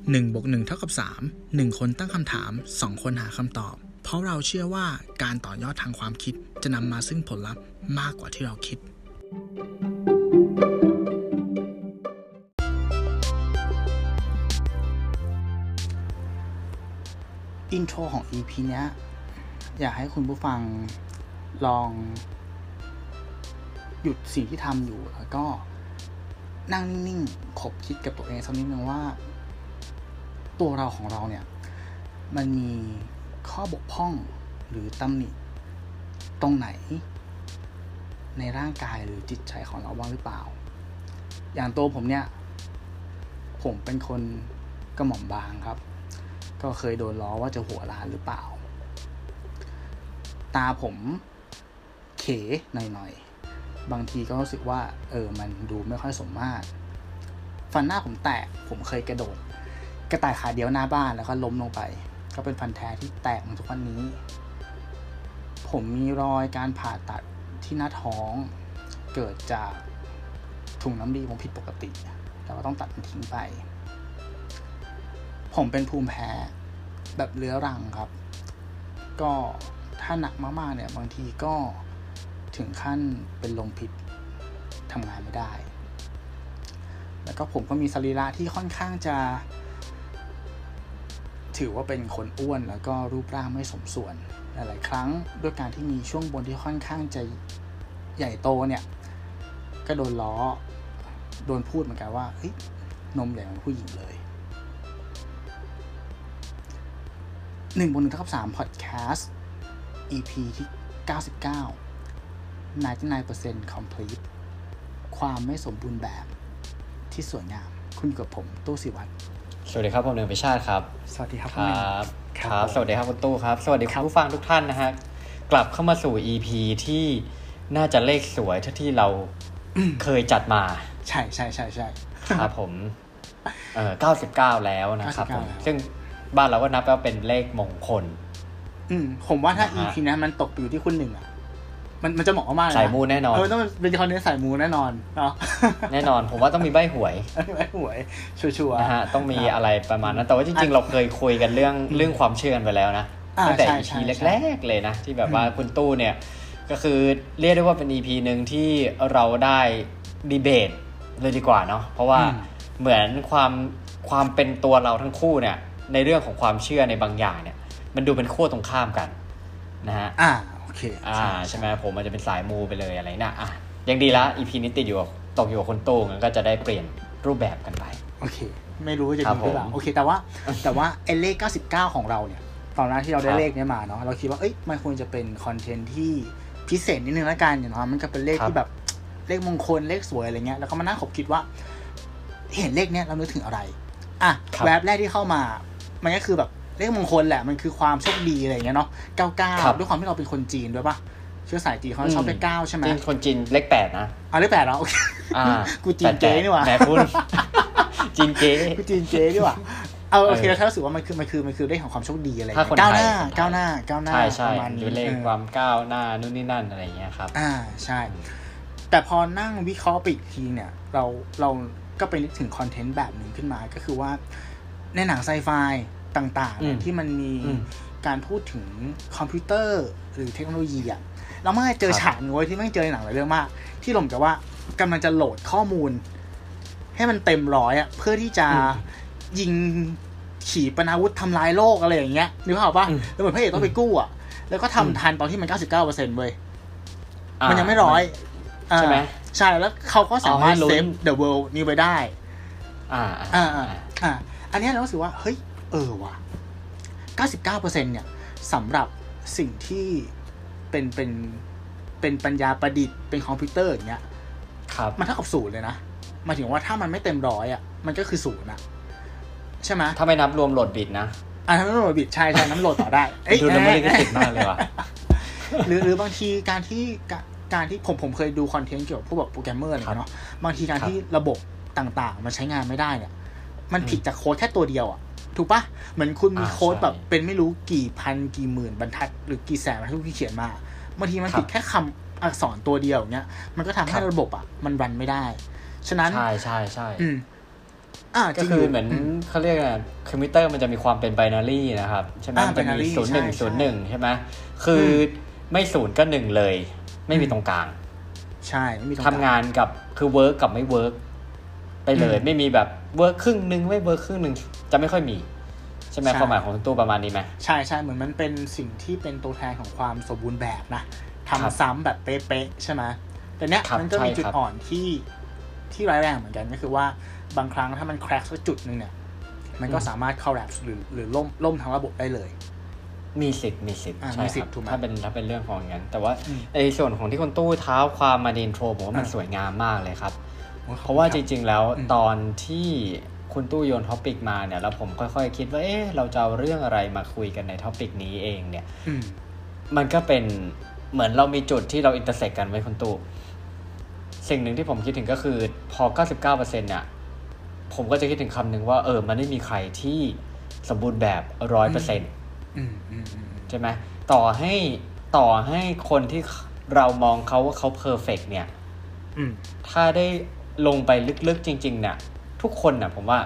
1+1 เท่ากับ3 1คนตั้งคำถาม2คนหาคำตอบเพราะเราเชื่อว่าการต่อยอดทางความคิดจะนำมาซึ่งผลลัพธ์มากกว่าที่เราคิดอินโทรของ EP เนี้ยอยากให้คุณผู้ฟังลองหยุดสิ่งที่ทำอยู่แล้วก็นั่งนิ่งๆคบคิดกับตัวเองสักนิดนึงว่าตัวเราของเราเนี่ยมันมีข้อบกพร่องหรือตำหนิตรงไหนในร่างกายหรือจิตใจของเราบ้างหรือเปล่าอย่างตัวผมเนี่ยผมเป็นคนกระหม่อมบางครับก็เคยโดนล้อว่าจะหัวล้านหรือเปล่าตาผมเขหน่อยๆบางทีก็รู้สึกว่ามันดูไม่ค่อยสมมาตรฟันหน้าผมแตกผมเคยกระโดดกระต่ายขาเดียวหน้าบ้านแล้วก็ล้มลงไปก็เป็นฟันแท้ที่แตกมาทุกวันนี้ผมมีรอยการผ่าตัดที่หน้าท้องเกิดจากถุงน้ำดีผมผิดปกติแต่ว่าต้องตัดมันทิ้งไปผมเป็นภูมิแพ้แบบเรื้อรังครับก็ถ้าหนักมากๆเนี่ยบางทีก็ถึงขั้นเป็นลมพิษทำงานไม่ได้แล้วก็ผมก็มีสรีระที่ค่อนข้างจะถือว่าเป็นคนอ้วนแล้วก็รูปร่างไม่สมส่วนหลายๆครั้งด้วยการที่มีช่วงบนที่ค่อนข้างจะใหญ่โตเนี่ยก็โดนล้อโดนพูดเหมือนกันว่านมใหญ่เหมือนผู้หญิงเลย1+1 เท่ากับ3 Podcast EP ที่99 99% complete ความไม่สมบูรณ์แบบที่สวยงามคุณกับผมตู้ศิวัตรสวัสดีครับผมเนืองพิชาติครับสวัสดีครับครับสวัสดีครับคุณตู้ครับสวัสดีคุณผู้ฟังทุกท่านนะฮะกลับเข้ามาสู่ EP ที่น่าจะเลขสวยเท่าที่เราเคยจัดมาใช่ครับผม99แล้วนะครับผมซึ่งบ้านเราก็นับว่าเป็นเลขมงคลผมว่าถ้า EP นั้นมันตกอยู่ที่คุณหนึ่งมันจะเหมาะมากเลยสายมูแน่นอนต้องเป็นคอนเทนต์สายมูแน่นอนเนาะแน่นอนผมว่าต้องมีใบ้หวยชัวร์นะฮะต้องมีอะไรประมาณนั้นแต่ว่าจริงๆเราเคยคุยกันเรื่องความเชื่อกันไปแล้วนะตั้งแต่ EP แรกๆเลยนะที่แบบว่าคุณตู้เนี่ยก็คือเรียกได้ว่าเป็น EP นึงที่เราได้ดีเบตเลยดีกว่าเนาะเพราะว่าเหมือนความเป็นตัวเราทั้งคู่เนี่ยในเรื่องของความเชื่อในบางอย่างเนี่ยมันดูเป็นขั้วตรงข้ามกันนะฮะโอเคใช่ไหมผมมันจะเป็นสายมูไปเลยอะไรนะยังดีละ EP นี้ตกอยู่กับคนตู้งั้นก็จะได้เปลี่ยนรูปแบบกันไปโอเคไม่รู้ว่าจะดีหรือเปล่าโอเคแต่ว่าไอ้เลข99ของเราเนี่ยตอนนั้นที่เราได้เลขนี้มาเนาะเราคิดว่ามันควรจะเป็นคอนเทนต์ที่พิเศษนิดนึงละกันอย่างน้อยมันก็เป็นเลขที่แบบเลขมงคลเลขสวยอะไรเงี้ยแล้วก็มานั่งคิดว่าเห็นเลขเนี้ยเรานึกถึงอะไรแวบแรกที่เข้ามามันก็คือแบบเลขมงคลแหละมันคือความโชคดีอะไรอย่างเงี้ยเนาะ99ด้วยความที่เราเป็นคนจีนด้วยป่ะเชื้อสายจีนเขาชอบเลข9ใช่มั้ยเป็นคนจีนเลข8นะเลข8เหรอโอเคกูจีนเก๋นี่หว่าแหมคุณจีนเก๋กูจีนเก๋ดีกว่าโอเคแล้วถ้ารู้สึกว่ามันคือเลขของความโชคดีอะไรก้าวหน้าประมาณนี้เลขความก้าวหน้านู่นนี่นั่นอะไรอย่างเงี้ยครับใช่แต่พอนั่งวิเคราะห์ไปอีกทีเนี่ยเราก็ไปนึกถึงคอนเทนต์แบบนึงขึ้นมาก็คือว่าในหนังไซไฟต่างๆที่มันมีการพูดถึงคอมพิวเตอร์หรือเทคโนโลยีเราเมื่อเจอฉากนึงไว้ที่แม่งเจอในหนังหลายเรื่องมากที่หล่มกับว่ากำลังจะโหลดข้อมูลให้มันเต็ม100เพื่อที่จะยิงขีปนาวุธทำลายโลกอะไรอย่างเงี้ยนึกภาพป่ะแล้วเหมือนพระเอกต้องไปกู้แล้วก็ทำทันตอนที่มัน 99% เว้ยมันยังไม่100ใช่ไหมใช่แล้วเขาก็สามารถเซฟ the world นี้ไว้ได้อันนี้เรารู้สึกว่าเฮ้ยว่ะ 99% เนี่ยสำหรับสิ่งที่เป็นปัญญาประดิษฐ์เป็นคอมพิวเตอร์อย่างเงี้ยมันเท่ากับ0เลยนะหมายถึงว่าถ้ามันไม่เต็ม100มันก็คือ0ใช่ไหมถ้าไม่นับรวมโหลดบิตนะถ้าไม่รวมโหลดบิตใช่น้ำโหลดต่อได้ดูแล้วไม่ได้ติดมากเลยว่ะหรือบางทีการที่ผมเคยดูคอนเทนต์เกี่ยวกับพวกแบบโปรแกรมเมอร์อะไรเนาะบางทีการที่ระบบต่างๆมันใช้งานไม่ได้เนี่ยมันผิดจากโค้ดแค่ตัวเดียวถูกปะเหมือนคุณมีโค้ดแบบเป็นไม่รู้กี่พันกี่หมื่นบรรทัดหรือกี่แสนบรรทัดที่เขียนมาบางทีมันผิดแค่คำอักษรตัวเดียวอย่างเงี้ยมันก็ทำให้ระบบมันรันไม่ได้ฉะนั้นใช่ก็คือเหมือนเขาเรียกอะไรคอมพิวเตอร์มันจะมีความเป็นไบนารีนะครับใช่ไหมมันจะมี0101ใช่ไหมคือไม่0ก็1เลยไม่มีตรงกลางใช่ไม่มีตรงกลางทำงานกับคือเวิร์กกับไม่เวิร์กไปเลยไม่มีแบบเวิร์กครึ่งนึงไม่เวิร์กครึ่งนึงจะไม่ค่อยมีใช่ไหมความหมายของตู้ประมาณนี้ไหมใช่ใช่เหมือนมันเป็นสิ่งที่เป็นตัวแทนของความสมบูรณ์แบบนะทำซ้ำแบบเป๊ะๆใช่ไหมแต่เนี้ยมันก็มีจุดอ่อนที่ร้ายแรงเหมือนกันก็คือว่าบางครั้งถ้ามันแคร็กสักจุดนึงเนี่ยมันก็สามารถ collapse หรือล่มทั้งระบบได้เลยมีสิทธิ์ใช่ครับถ้าเป็นเรื่องของอย่างนั้นแต่ว่าในส่วนของที่คุณตู้เท้าความมาในอินโทรผมว่ามันสวยงามมากเลยครับเพราะว่าจริงๆแล้วตอนที่คุณตู้โยนท็อปิกมาเนี่ยแล้วผมค่อยๆคิดว่าเราจะเอาเรื่องอะไรมาคุยกันในท็อปิกนี้เองเนี่ยมันก็เป็นเหมือนเรามีจุดที่เราอินเตอร์เซ็กกันไว้คุณตู้สิ่งหนึ่งที่ผมคิดถึงก็คือพอ 99% เนี่ยผมก็จะคิดถึงคำหนึ่งว่ามันไม่มีใครที่สมบูรณ์แบบ 100% ใช่ไหมต่อให้คนที่เรามองเขาว่าเขาเพอร์เฟกต์เนี่ยถ้าได้ลงไปลึกๆจริงๆเนี่ยทุกคนน่ะผมว่า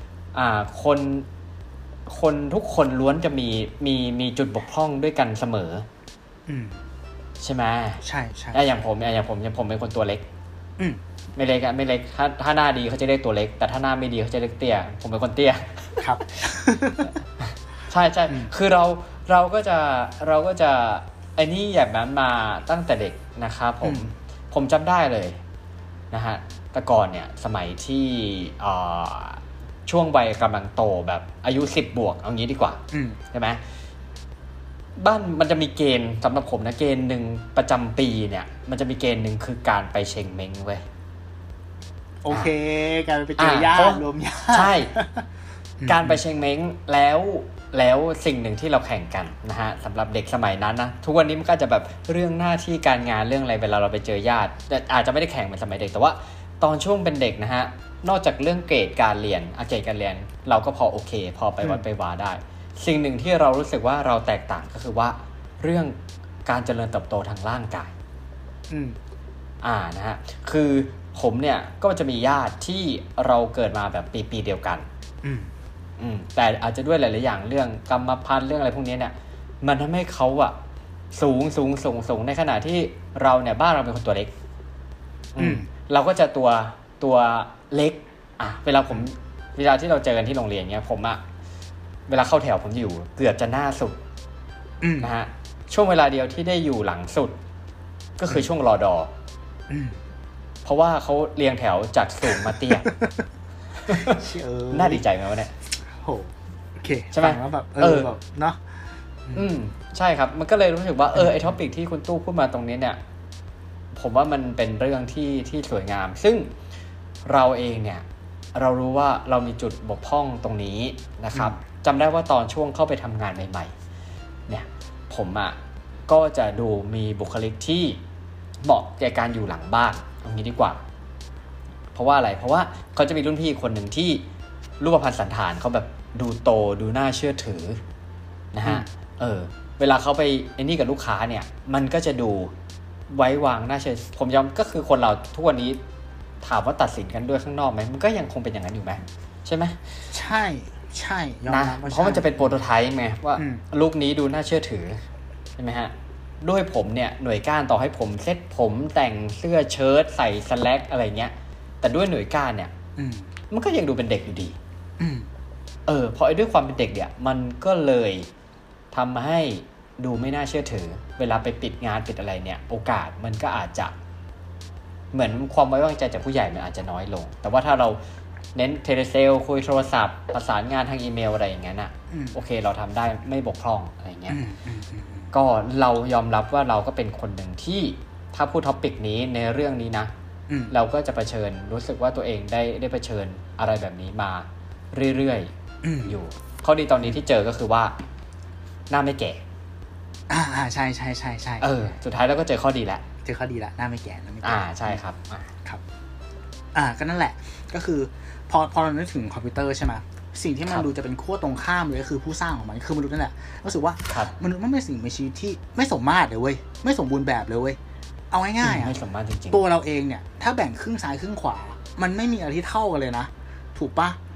คนทุกคนล้วนจะมีจุดบกพร่องด้วยกันเสมอใช่ไหมใช่ใช่อย่างผมเป็นคนตัวเล็กไม่เล็กถ้าหน้าดีเขาจะเรียกตัวเล็กแต่ถ้าหน้าไม่ดีเขาจะเรียกเตี้ยผมเป็นคนเตี้ยครับใช่คือเราก็จะไอ้นี่อย่างนั้นมาตั้งแต่เด็กนะครับผมจำได้เลยนะฮะแต่ก่อนเนี่ยสมัยที่ช่วงวัยกำลังโตแบบอายุ10 บวกเอางี้ดีกว่าใช่ไหมบ้านมันจะมีเกณฑ์สำหรับผมนะเกณฑ์หนึ่งประจำปีเนี่ยมันจะมีเกณฑ์หนึ่งคือการไปเชงเม้งเว้ยโอเคการไปเจอญาติรวมญาติใช่การไปเชงเม้งแล้วสิ่งหนึ่งที่เราแข่งกันนะฮะสำหรับเด็กสมัยนั้นนะทุกวันนี้มันก็จะแบบเรื่องหน้าที่การงานเรื่องอะไรเวลาเราไปเจอญาติแต่อาจจะไม่ได้แข่งเหมือนสมัยเด็กแต่ว่าตอนช่วงเป็นเด็กนะฮะนอกจากเรื่องเกรดการเรียนเกรดการเรียนเราก็พอโอเคพอไปวัดไปวาได้สิ่งหนึ่งที่เรารู้สึกว่าเราแตกต่างก็คือว่าเรื่องการเจริญเติบโตทางร่างกายนะฮะคือผมเนี่ยก็จะมีญาติที่เราเกิดมาแบบปีเดียวกันแต่อาจจะด้วยหลายๆอย่างเรื่องกรรมพันธุ์เรื่องอะไรพวกนี้เนี่ยมันทำให้เขาอะสูงในขณะที่เราเนี่ยบ้านเราเป็นคนตัวเล็กเราก็จะตัวเล็กเวลาที่เราเจอกันที่โรงเรียนเนี่ยผมอะเวลาเข้าแถวผมอยู่เกือบจะหน้าสุดนะฮะช่วงเวลาเดียวที่ได้อยู่หลังสุดก็คือช่วงรอดอเพราะว่าเขาเรียงแถวจากสูงมาเตี้ยน่าดีใจไหมวะเนี่ยโอเคใช่ไหมแบบแบบเนาะใช่ครับมันก็เลยรู้สึกว่าไอ้ท็อปิกที่คุณตู้พูดมาตรงนี้เนี่ยผมว่ามันเป็นเรื่องที่สวยงามซึ่งเราเองเนี่ยเรารู้ว่าเรามีจุดบกพร่องตรงนี้นะครับจำได้ว่าตอนช่วงเข้าไปทำงานใหม่ๆเนี่ยผมก็จะดูมีบุคลิกที่เหมาะแก่การอยู่หลังบ้านเอางี้ดีกว่าเพราะว่าอะไรเพราะว่าเขาจะมีรุ่นพี่คนหนึ่งที่รูปพรรณสันฐานเขาแบบดูโตดูน่าเชื่อถือนะฮะเวลาเขาไปไอ้นี่กับลูกค้าเนี่ยมันก็จะดูไว้วางน่าเชื่อผมย้ำก็คือคนเราทุกวันนี้ถามว่าตัดสินกันด้วยข้างนอกไหมมันก็ยังคงเป็นอย่างนั้นอยู่ไหมใช่ไหมใช่นะเพราะมันจะเป็นโปรโตไทป์ไงว่าลูกนี้ดูน่าเชื่อถือใช่ไหมฮะด้วยผมเนี่ยหน่วยก้านต่อให้ผมเซ็ตผมแต่งเสื้อเชิ้ตใส่สแล็กอะไรเงี้ยแต่ด้วยหน่วยก้านเนี่ยมันก็ยังดูเป็นเด็กอยู่ดีพอด้วยความเป็นเด็กเนี่ยมันก็เลยทำให้ดูไม่น่าเชื่อถือเวลาไปปิดงานปิดอะไรเนี่ยโอกาสมันก็อาจจะเหมือนความไว้วางใจจากผู้ใหญ่มันอาจจะน้อยลงแต่ว่าถ้าเราเน้นเทเลเซลคุยโทรศัพท์ประสานงานทางอีเมลอะไรอย่างเงี้ยน่ะโอเคเราทำได้ไม่บกพร่องอะไรเงี้ยก็เรายอมรับว่าเราก็เป็นคนหนึ่งที่ถ้าพูดท็อปิกนี้ในเรื่องนี้นะเราก็จะเผชิญรู้สึกว่าตัวเองได้เผชิญอะไรแบบนี้มาเรื่อยๆอยู่ข้อดีตอนนี้ที่เจอก็คือว่าหน้าไม่แก่ใช่สุดท้ายเราก็เจอข้อดีแล้วหน้าไม่แก่ใช่ครับครับก็นั่นแหละก็คือพอเรานึกถึงคอมพิวเตอร์ใช่ไหมสิ่งที่มันดูจะเป็นขั้วตรงข้ามเลยก็คือผู้สร้างของมันคือมนุษย์นั่นแหละรู้สึกว่ามนุษย์มันเป็นสิ่งมีชีวิตที่ไม่สมมาตรเลยเว้ยไม่สมบูรณ์แบบเลยเว้ยเอาง่ายๆไม่สมมาตรจริงๆตัวเราเองเนี่ยถ้าแบ่งครึ่งซ้ายครึ่งขวามันไม่มีอะไรที่เท่ากันเลยนะถูกปะ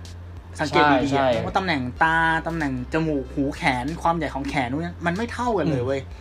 สังเกตดีๆว่าตำแหน่งตาตำแหน่งจมูกหูแขนความใหญ่ของแขนนู้นมันไม่เท่ากันเลยเว้ย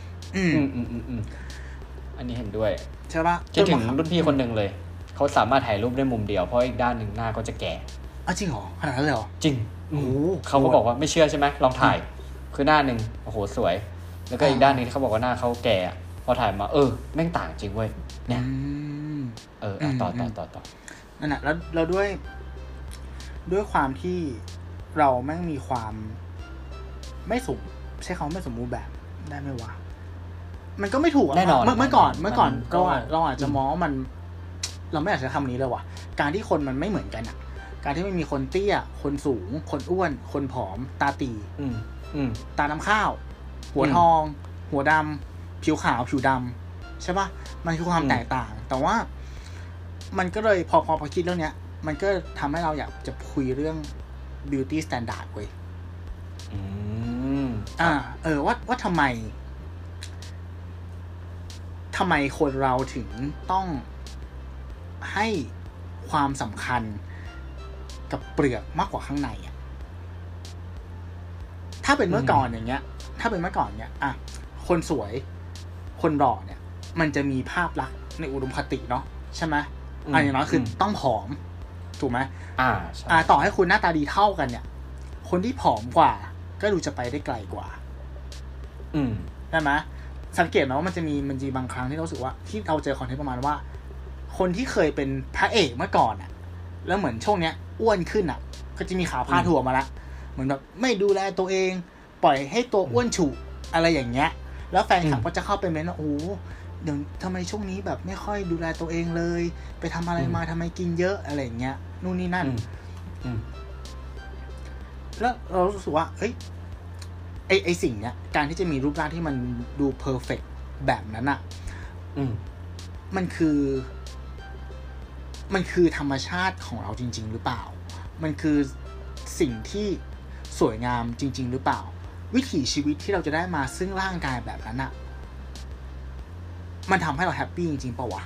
อันนี้เห็นด้วยใช่ป่ะคิดถึงรุ่นพี่คนหนึ่งเลยเขาสามารถถ่ายรูปได้มุมเดียวเพราะอีกด้านหนึ่งหน้าก็จะแก่จริงเหรอขนาดนั้นเลยเหรอจริงเขาก็บอกว่าไม่เชื่อใช่ไหมลองถ่ายคือหน้าหนึ่งโอ้โหสวยแล้วก็อีกด้านนึงที่เขาบอกว่าหน้าเขาแก่พอถ่ายมาแม่งต่างจริงเว้ยเนี่ยต่อนั่นแหละแล้วด้วยความที่เราแม่งมีความไม่สมใช้คำไม่สมบูรณ์แบบได้ไหมวะมันก็ไม่ถูกแน่นอนเมื่อก่อนเราอาจจะมองว่ามันเราไม่อยากใช้คำนี้เลยว่ะการที่คนมันไม่เหมือนกันอ่ะการที่ไม่มีคนเตี้ยคนสูงคนอ้วนคนผอมตาตีตาน้ำข้าวหัวทองหัวดำผิวขาวผิวดำใช่ป่ะมันคือความแตกต่างแต่ว่ามันก็เลยพอคิดเรื่องเนี้ยมันก็ทำให้เราอยากจะคุยเรื่อง beauty standard เว้ยว่าทำไมคนเราถึงต้องให้ความสำคัญกับเปลือกมากกว่าข้างในอ่ะถ้าเป็นเมื่อก่อนอย่างเงี้ยคนสวยคนหล่อเนี่ยมันจะมีภาพลักษณ์ในอุดมคติเนาะใช่ไหมอย่างน้อยคือต้องผอมถูกไหมต่อให้คุณหน้าตาดีเท่ากันเนี่ยคนที่ผอมกว่าก็ดูจะไปได้ไกลกว่าใช่ไหมสังเกตไหมว่ามันจะมีบางครั้งที่เรารู้สึกว่าที่เราเจอคอนเทนต์ประมาณว่าคนที่เคยเป็นพระเอกเมื่อก่อนอ่ะแล้วเหมือนช่วงเนี้ยอ้วนขึ้นอ่ะก็จะมีข่าวพาดหัวมาละเหมือนแบบไม่ดูแลตัวเองปล่อยให้ตัวอ้วนฉุอะไรอย่างเงี้ยแล้วแฟนคลับก็จะเข้าไปเม้นว่าโอ้เดี๋ยวทำไมช่วงนี้แบบไม่ค่อยดูแลตัวเองเลยไปทำอะไรมาทำไมกินเยอะอะไรอย่างเงี้ยนู่นนี่นั่นแล้วเรารู้สึกว่าเฮ้ยไอสิ่งเนี้ยการที่จะมีรูปร่างที่มันดูเพอร์เฟกต์แบบนั้นอ่ะมันคือธรรมชาติของเราจริงๆหรือเปล่ามันคือสิ่งที่สวยงามจริงๆหรือเปล่าวิถีชีวิตที่เราจะได้มาซึ่งร่างกายแบบนั้นอ่ะมันทำให้เราแฮปปี้จริงๆป่าววะ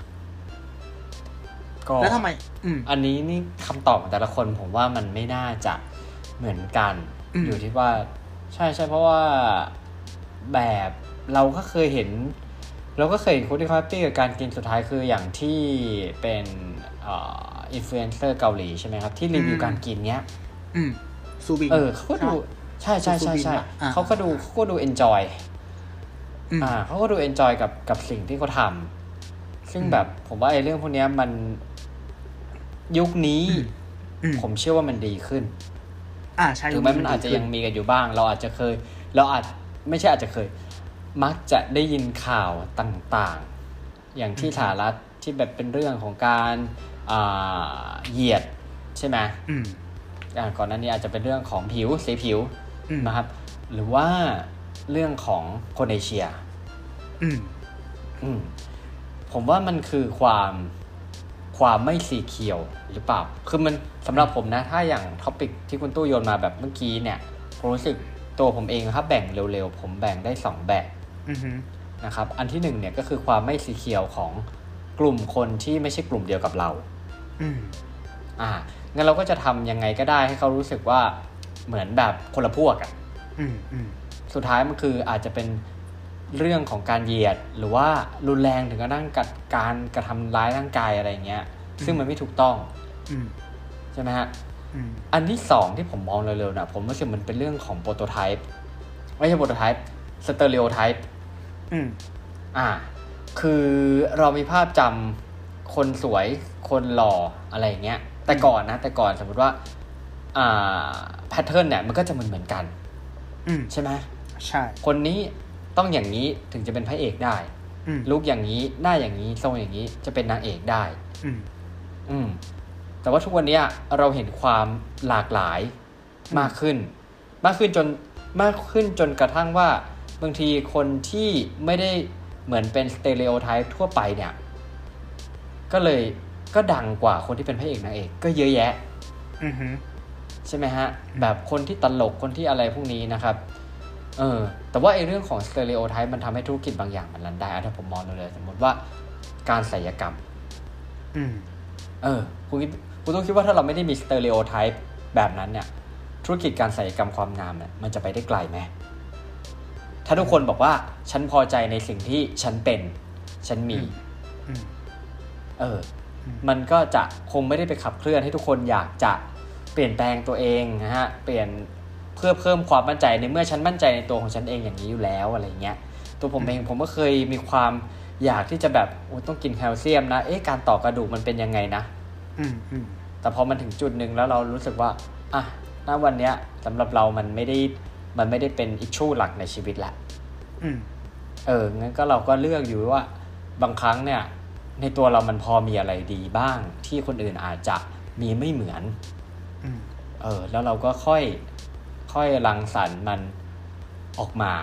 แล้วทำไมอันนี้นี่คำตอบของแต่ละคนผมว่ามันไม่น่าจะเหมือนกันอยู่ที่ว่าใช่เพราะว่าแบบเราก็เคยเห็นคนที่เขาแฮปปี้กับการกินสุดท้ายคืออย่างที่เป็นอินฟลูเอนเซอร์เกาหลีใช่ไหมครับที่รีวิวการกินเนี้ยซูบิงเขาก็ดูใช่เขาก็ดูเอนจอยเขาก็ดูเอนจอยกับสิ่งที่เขาทำซึ่งแบบผมว่าไอ้เรื่องพวกนี้มันยุคนี้ผมเชื่อว่ามันดีขึ้นใช่ถึงแม้มันอาจจะยังมีกันอยู่บ้างเราอาจไม่ใช่อาจจะเคยมักจะได้ยินข่าวต่างๆอย่างที่สหรัฐที่แบบเป็นเรื่องของการเหยียดใช่ไหมก่อนหน้านี้อาจจะเป็นเรื่องของสีผิวนะครับหรือว่าเรื่องของคนเอเชียผมว่ามันคือความไม่สีเขียวหรือเปล่าคือมันสำหรับผมนะถ้าอย่างท็อปิกที่คุณตู้โยนมาแบบเมื่อกี้เนี่ยผมรู้สึกตัวผมเองครับแบ่งเร็วๆผมแบ่งได้2แบบนะครับอันที่1เนี่ยก็คือความไม่สีเขียวของกลุ่มคนที่ไม่ใช่กลุ่มเดียวกับเรางั้นเราก็จะทำยังไงก็ได้ให้เขารู้สึกว่าเหมือนแบบคนละพวกอ่ะสุดท้ายมันคืออาจจะเป็นเรื่องของการเหยียดหรือว่ารุนแรงถึงกระทั่งการกระทำร้ายร่างกายอะไรเงี้ยซึ่งมันไม่ถูกต้องใช่ไหมฮะอันที่2ที่ผมมองเร็วๆนะผมรู้สึกมันเป็นเรื่องของโปรโตไทป์ไม่ใช่โปรโตไทป์สเตอริโอไทป์คือเรามีภาพจำคนสวยคนหล่ออะไรอย่างเงี้ยแต่ก่อนสมมติว่าแพทเทิร์นเนี่ยมันก็จะเหมือนกันใช่ไหมใช่คนนี้ต้องอย่างนี้ถึงจะเป็นพระเอกได้ลุคอย่างนี้หน้าอย่างนี้ทรงอย่างนี้จะเป็นนางเอกได้แต่ว่าทุกวันนี้เราเห็นความหลากหลายมากขึ้นจนกระทั่งว่าบางทีคนที่ไม่ได้เหมือนเป็นสเตอริโอไทป์ทั่วไปเนี่ยก็ดังกว่าคนที่เป็นพระเอกนางเอกก็เยอะแยะใช่ไหมฮะแบบคนที่ตลกคนที่อะไรพวกนี้นะครับแต่ว่าไอ้เรื่องของสเตอริโอไทป์มันทำให้ธุรกิจบางอย่างมันรันได้ถ้าผมมองเลยสมมติว่าการศัลยกรรมคุณต้องคิดว่าถ้าเราไม่ได้มีสเตอริโอไทป์แบบนั้นเนี่ยธุรกิจการศัลยกรรมความงามเนี่ยมันจะไปได้ไกลไหมถ้าทุกคนบอกว่าฉันพอใจในสิ่งที่ฉันเป็นฉันมีมันก็จะคงไม่ได้ไปขับเคลื่อนให้ทุกคนอยากจะเปลี่ยนแปลงตัวเองนะฮะเปลี่ยนเพื่อเพิ่มความมั่นใจในเมื่อฉันมั่นใจในตัวของฉันเองอย่างนี้อยู่แล้วอะไรเงี้ยตัวผมเองผมก็เคยมีความอยากที่จะแบบต้องกินแคลเซียมนะการต่อกระดูกมันเป็นยังไงนะแต่พอมันถึงจุดนึงแล้วเรารู้สึกว่าณวันเนี้ยสำหรับเรามันไม่ได้เป็นอิชชูหลักในชีวิตละงั้นก็เราก็เลือกอยู่ว่าบางครั้งเนี่ยในตัวเรามันพอมีอะไรดีบ้างที่คนอื่นอาจจะมีไม่เหมือนแล้วเราก็ค่อยรังสรรค์มันออกมา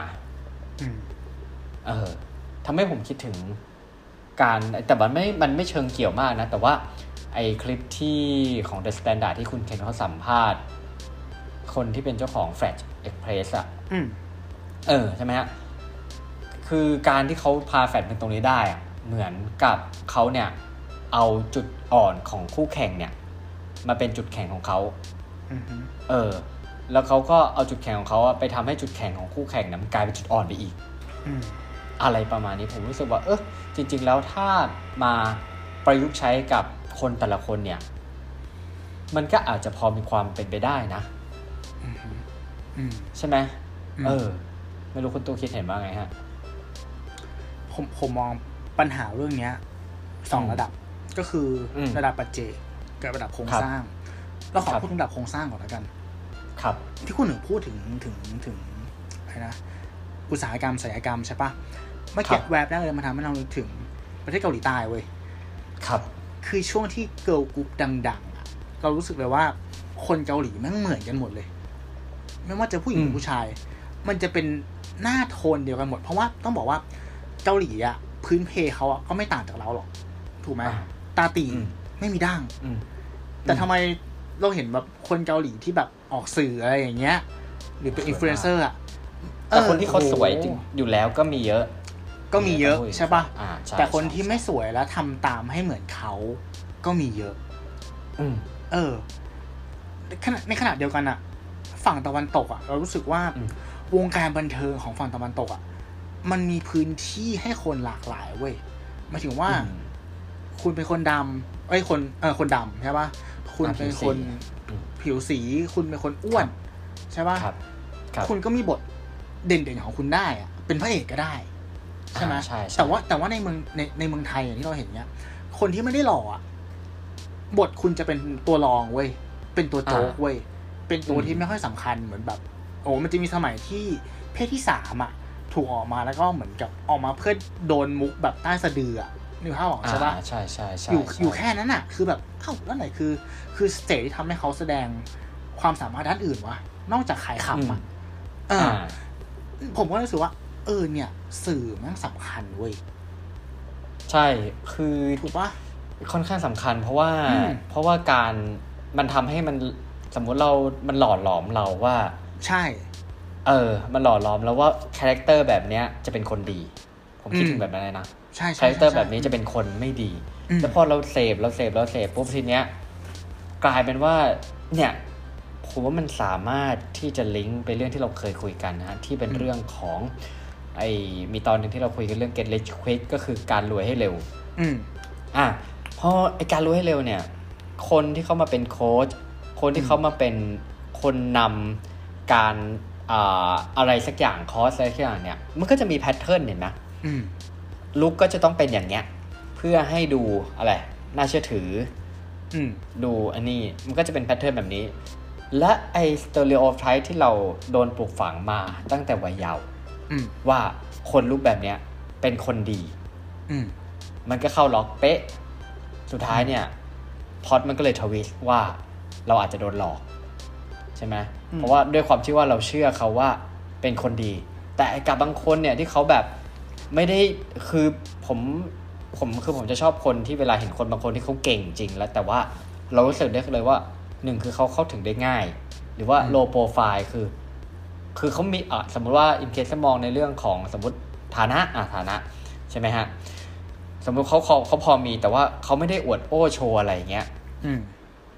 ทำให้ผมคิดถึงการแต่มันไม่เชิงเกี่ยวมากนะแต่ว่าไอ้คลิปที่ของ The Standard ที่คุณเคนเขาสัมภาษณ์คนที่เป็นเจ้าของ Flash Express อ่ะใช่ไหมฮะคือการที่เขาพาแฟลชเป็นตรงนี้ได้อ่ะเหมือนกับเขาเนี่ยเอาจุดอ่อนของคู่แข่งเนี่ยมาเป็นจุดแข็งของเขาแล้วเขาก็เอาจุดแข็งของเขาไปทำให้จุดแข็งของคู่แข่งนั้นกลายเป็นจุดอ่อนไปอีกอะไรประมาณนี้ผมรู้สึกว่าจริงๆแล้วถ้ามาประยุกต์ใช้กับคนแต่ละคนเนี่ยมันก็อาจจะพอมีความเป็นไปได้นะใช่ไหมไม่รู้คุณตู้คิดเห็นว่าไงฮะผมมองปัญหาเรื่องนี้2ระดับก็คือระดับปัจเจกกับระดับโครงสร้างเราขอพูดถึงระดับโครงสร้างก่อนแล้วกันครับที่คุณหนึ่งพูดถึงอะไรนะอุตสาหกรรมศัลยกรรมใช่ปะเมื่อกี้แวบแรกเลยมันทำให้เรานึกถึงประเทศเกาหลีใต้เว้ยครับคือช่วงที่เกิร์ลกรุ๊ปดังๆอ่ะเรารู้สึกเลยว่าคนเกาหลีแม่งเหมือนกันหมดเลยไม่ว่าจะผู้หญิงหรือผู้ชายมันจะเป็นหน้าโทนเดียวกันหมดเพราะว่าต้องบอกว่าเกาหลีอ่ะพื้นเพเขาอ่ะก็ไม่ต่างจากเราหรอกถูกไหมตาตีไม่มีด่างแต่ทำไมเราเห็นแบบคนเกาหลีที่แบบออกสื่ออะไรอย่างเงี้ยหรือเป็นอินฟลูเอนเซอร์อ่ะแต่คนที่เขาสวยอยู่แล้วก็มีเยอะใช่ป่ะแต่คนที่ไม่สวยแล้วทำตามให้เหมือนเขาก็มีเยอะในขณะเดียวกันอ่ะฝั่งตะวันตกอ่ะเรารู้สึกว่าวงการบันเทิงของฝั่งตะวันตกอ่ะมันมีพื้นที่ให้คนหลากหลายเว้ยหมายถึงว่าคุณเป็นคนดำคนดำใช่ป่ะคุณเป็นคนผิวสีคุณเป็นคนอ้วนใช่ป่ะคุณก็มีบทเด่นๆของคุณได้อ่ะเป็นพระเอกก็ได้ใช่ไหมแต่ว่าในเมืองไทยอย่างที่เราเห็นเนี้ยคนที่ไม่ได้หล่ออ่ะบทคุณจะเป็นตัวรองเว้ยเป็นตัวโจ๊กเว้ยเป็นตัวที่ไม่ค่อยสำคัญเหมือนแบบมันจะมีสมัยที่เพศที่3อ่ะถูกออกมาแล้วก็เหมือนกับออกมาเพื่อโดนมุกแบบใต้สะดืออ่ะนึกภาพออกใช่ป่ะใช่อยู่แค่นั้นอ่ะคือแบบแล้วไหนคือสเตจที่ทำให้เขาแสดงความสามารถด้านอื่นวะนอกจากขายขำอ่ะผมก็รู้สึกว่าเนี่ยสื่อมันสำคัญเว้ยใช่คือถูกป่ะค่อนข้างสำคัญเพราะว่าการมันทำให้มันสมมุติมันหล่อหลอมเราว่าใช่มันหล่อหลอมแล้วว่าคาแรคเตอร์แบบเนี้ยจะเป็นคนดีผมคิดถึงแบบนั้นเลยนะใช่คาแรคเตอร์แบบนี้จะเป็นคนไม่ดีแล้วพอเราเสพปุ๊บทีเนี้ยกลายเป็นว่าเนี่ยผมว่ามันสามารถที่จะลิงก์ไปเรื่องที่เราเคยคุยกันนะฮะที่เป็นเรื่องของมีตอนนึงที่เราคุยกันเรื่อง get rich quick ก็คือการรวยให้เร็วพอการรวยให้เร็วเนี่ยคนที่เขามาเป็นโค้ชคนที่เขามาเป็นคนนำการอะไรสักอย่างคอร์สอะไรสักอย่างเนี่ยมันก็จะมีแพทเทิร์นเห็นไหมลุคก็จะต้องเป็นอย่างเงี้ยเพื่อให้ดูอะไรน่าเชื่อถือดูอันนี้มันก็จะเป็นแพทเทิร์นแบบนี้และไอ้สเตอริโอไทป์ที่เราโดนปลูกฝังมาตั้งแต่วัยเยาว์ว่าคนลุคแบบเนี้ยเป็นคนดีมันก็เข้าล็อกเป๊ะสุดท้ายเนี่ยพล็อตมันก็เลยทวิสต์ว่าเราอาจจะโดนหลอกใช่ไหมเพราะว่าด้วยความที่ว่าเราเชื่อเขาว่าเป็นคนดีแต่กับบางคนเนี่ยที่เขาแบบไม่ได้คือผมจะชอบคนที่เวลาเห็นคนบางคนที่เขาเก่งจริงแล้วแต่ว่าเรารู้สึกได้เลยว่า1คือเขาเข้าถึงได้ง่ายหรือว่า low profile คือเขามีสมมติว่า in case มองในเรื่องของสมมติฐานะใช่ไหมฮะสมมติเขาพอมีแต่ว่าเขาไม่ได้อวดโอ้โชว์อะไรอย่างเงี้ย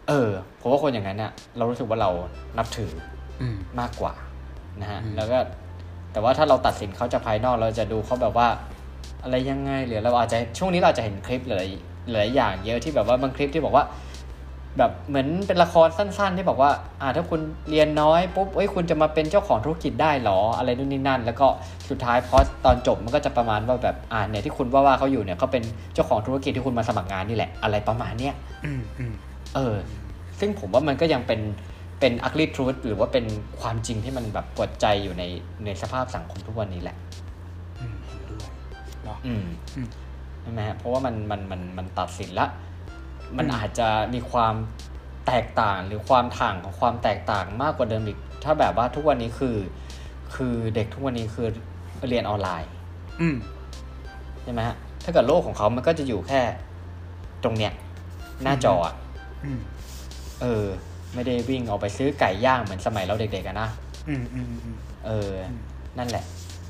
ผมว่าคนอย่างนั้นเนี่ยเรารู้สึกว่าเรานับถือมากกว่านะฮะแล้วก็แต่ว่าถ้าเราตัดสินเขาจากภายนอกเราจะดูเขาแบบว่าอะไรยังไงหรือเราอาจจะช่วงนี้เราจะเห็นคลิปหลายอย่างเยอะที่แบบว่าบางคลิปที่บอกว่าแบบเหมือนเป็นละครสั้นๆที่บอกว่าถ้าคุณเรียนน้อยปุ๊บคุณจะมาเป็นเจ้าของธุรกิจได้หรออะไรนู่นนี่นั่นแล้วก็สุดท้ายพอตอนจบมันก็จะประมาณว่าแบบเนี่ยที่คุณว่าเขาอยู่เนี่ยเขาเป็นเจ้าของธุรกิจที่คุณมาสมัครงานนี่แหละอะไรประมาณเนี้ยซึ่งผมว่ามันก็ยังเป็น ugly truth หรือว่าเป็นความจริงที่มันแบบปวดใจอยู่ในสภาพสังคมทุกวันนี้แหละด้วยเนาะใช่ไหมฮะเพราะว่ามันตัดสินละมันอาจจะมีความแตกต่างหรือความถ่างของความแตกต่างมากกว่าเดิมอีกถ้าแบบว่าทุกวันนี้คือเด็กทุกวันนี้คือเรียนออนไลน์ใช่ไหมฮะถ้าเกิดโลกของเขามันก็จะอยู่แค่ตรงเนี้ยหน้าจอไม่ได้วิ่งออกไปซื้อไก่ย่างเหมือนสมัยเราเด็กๆกันนะนั่นแหละ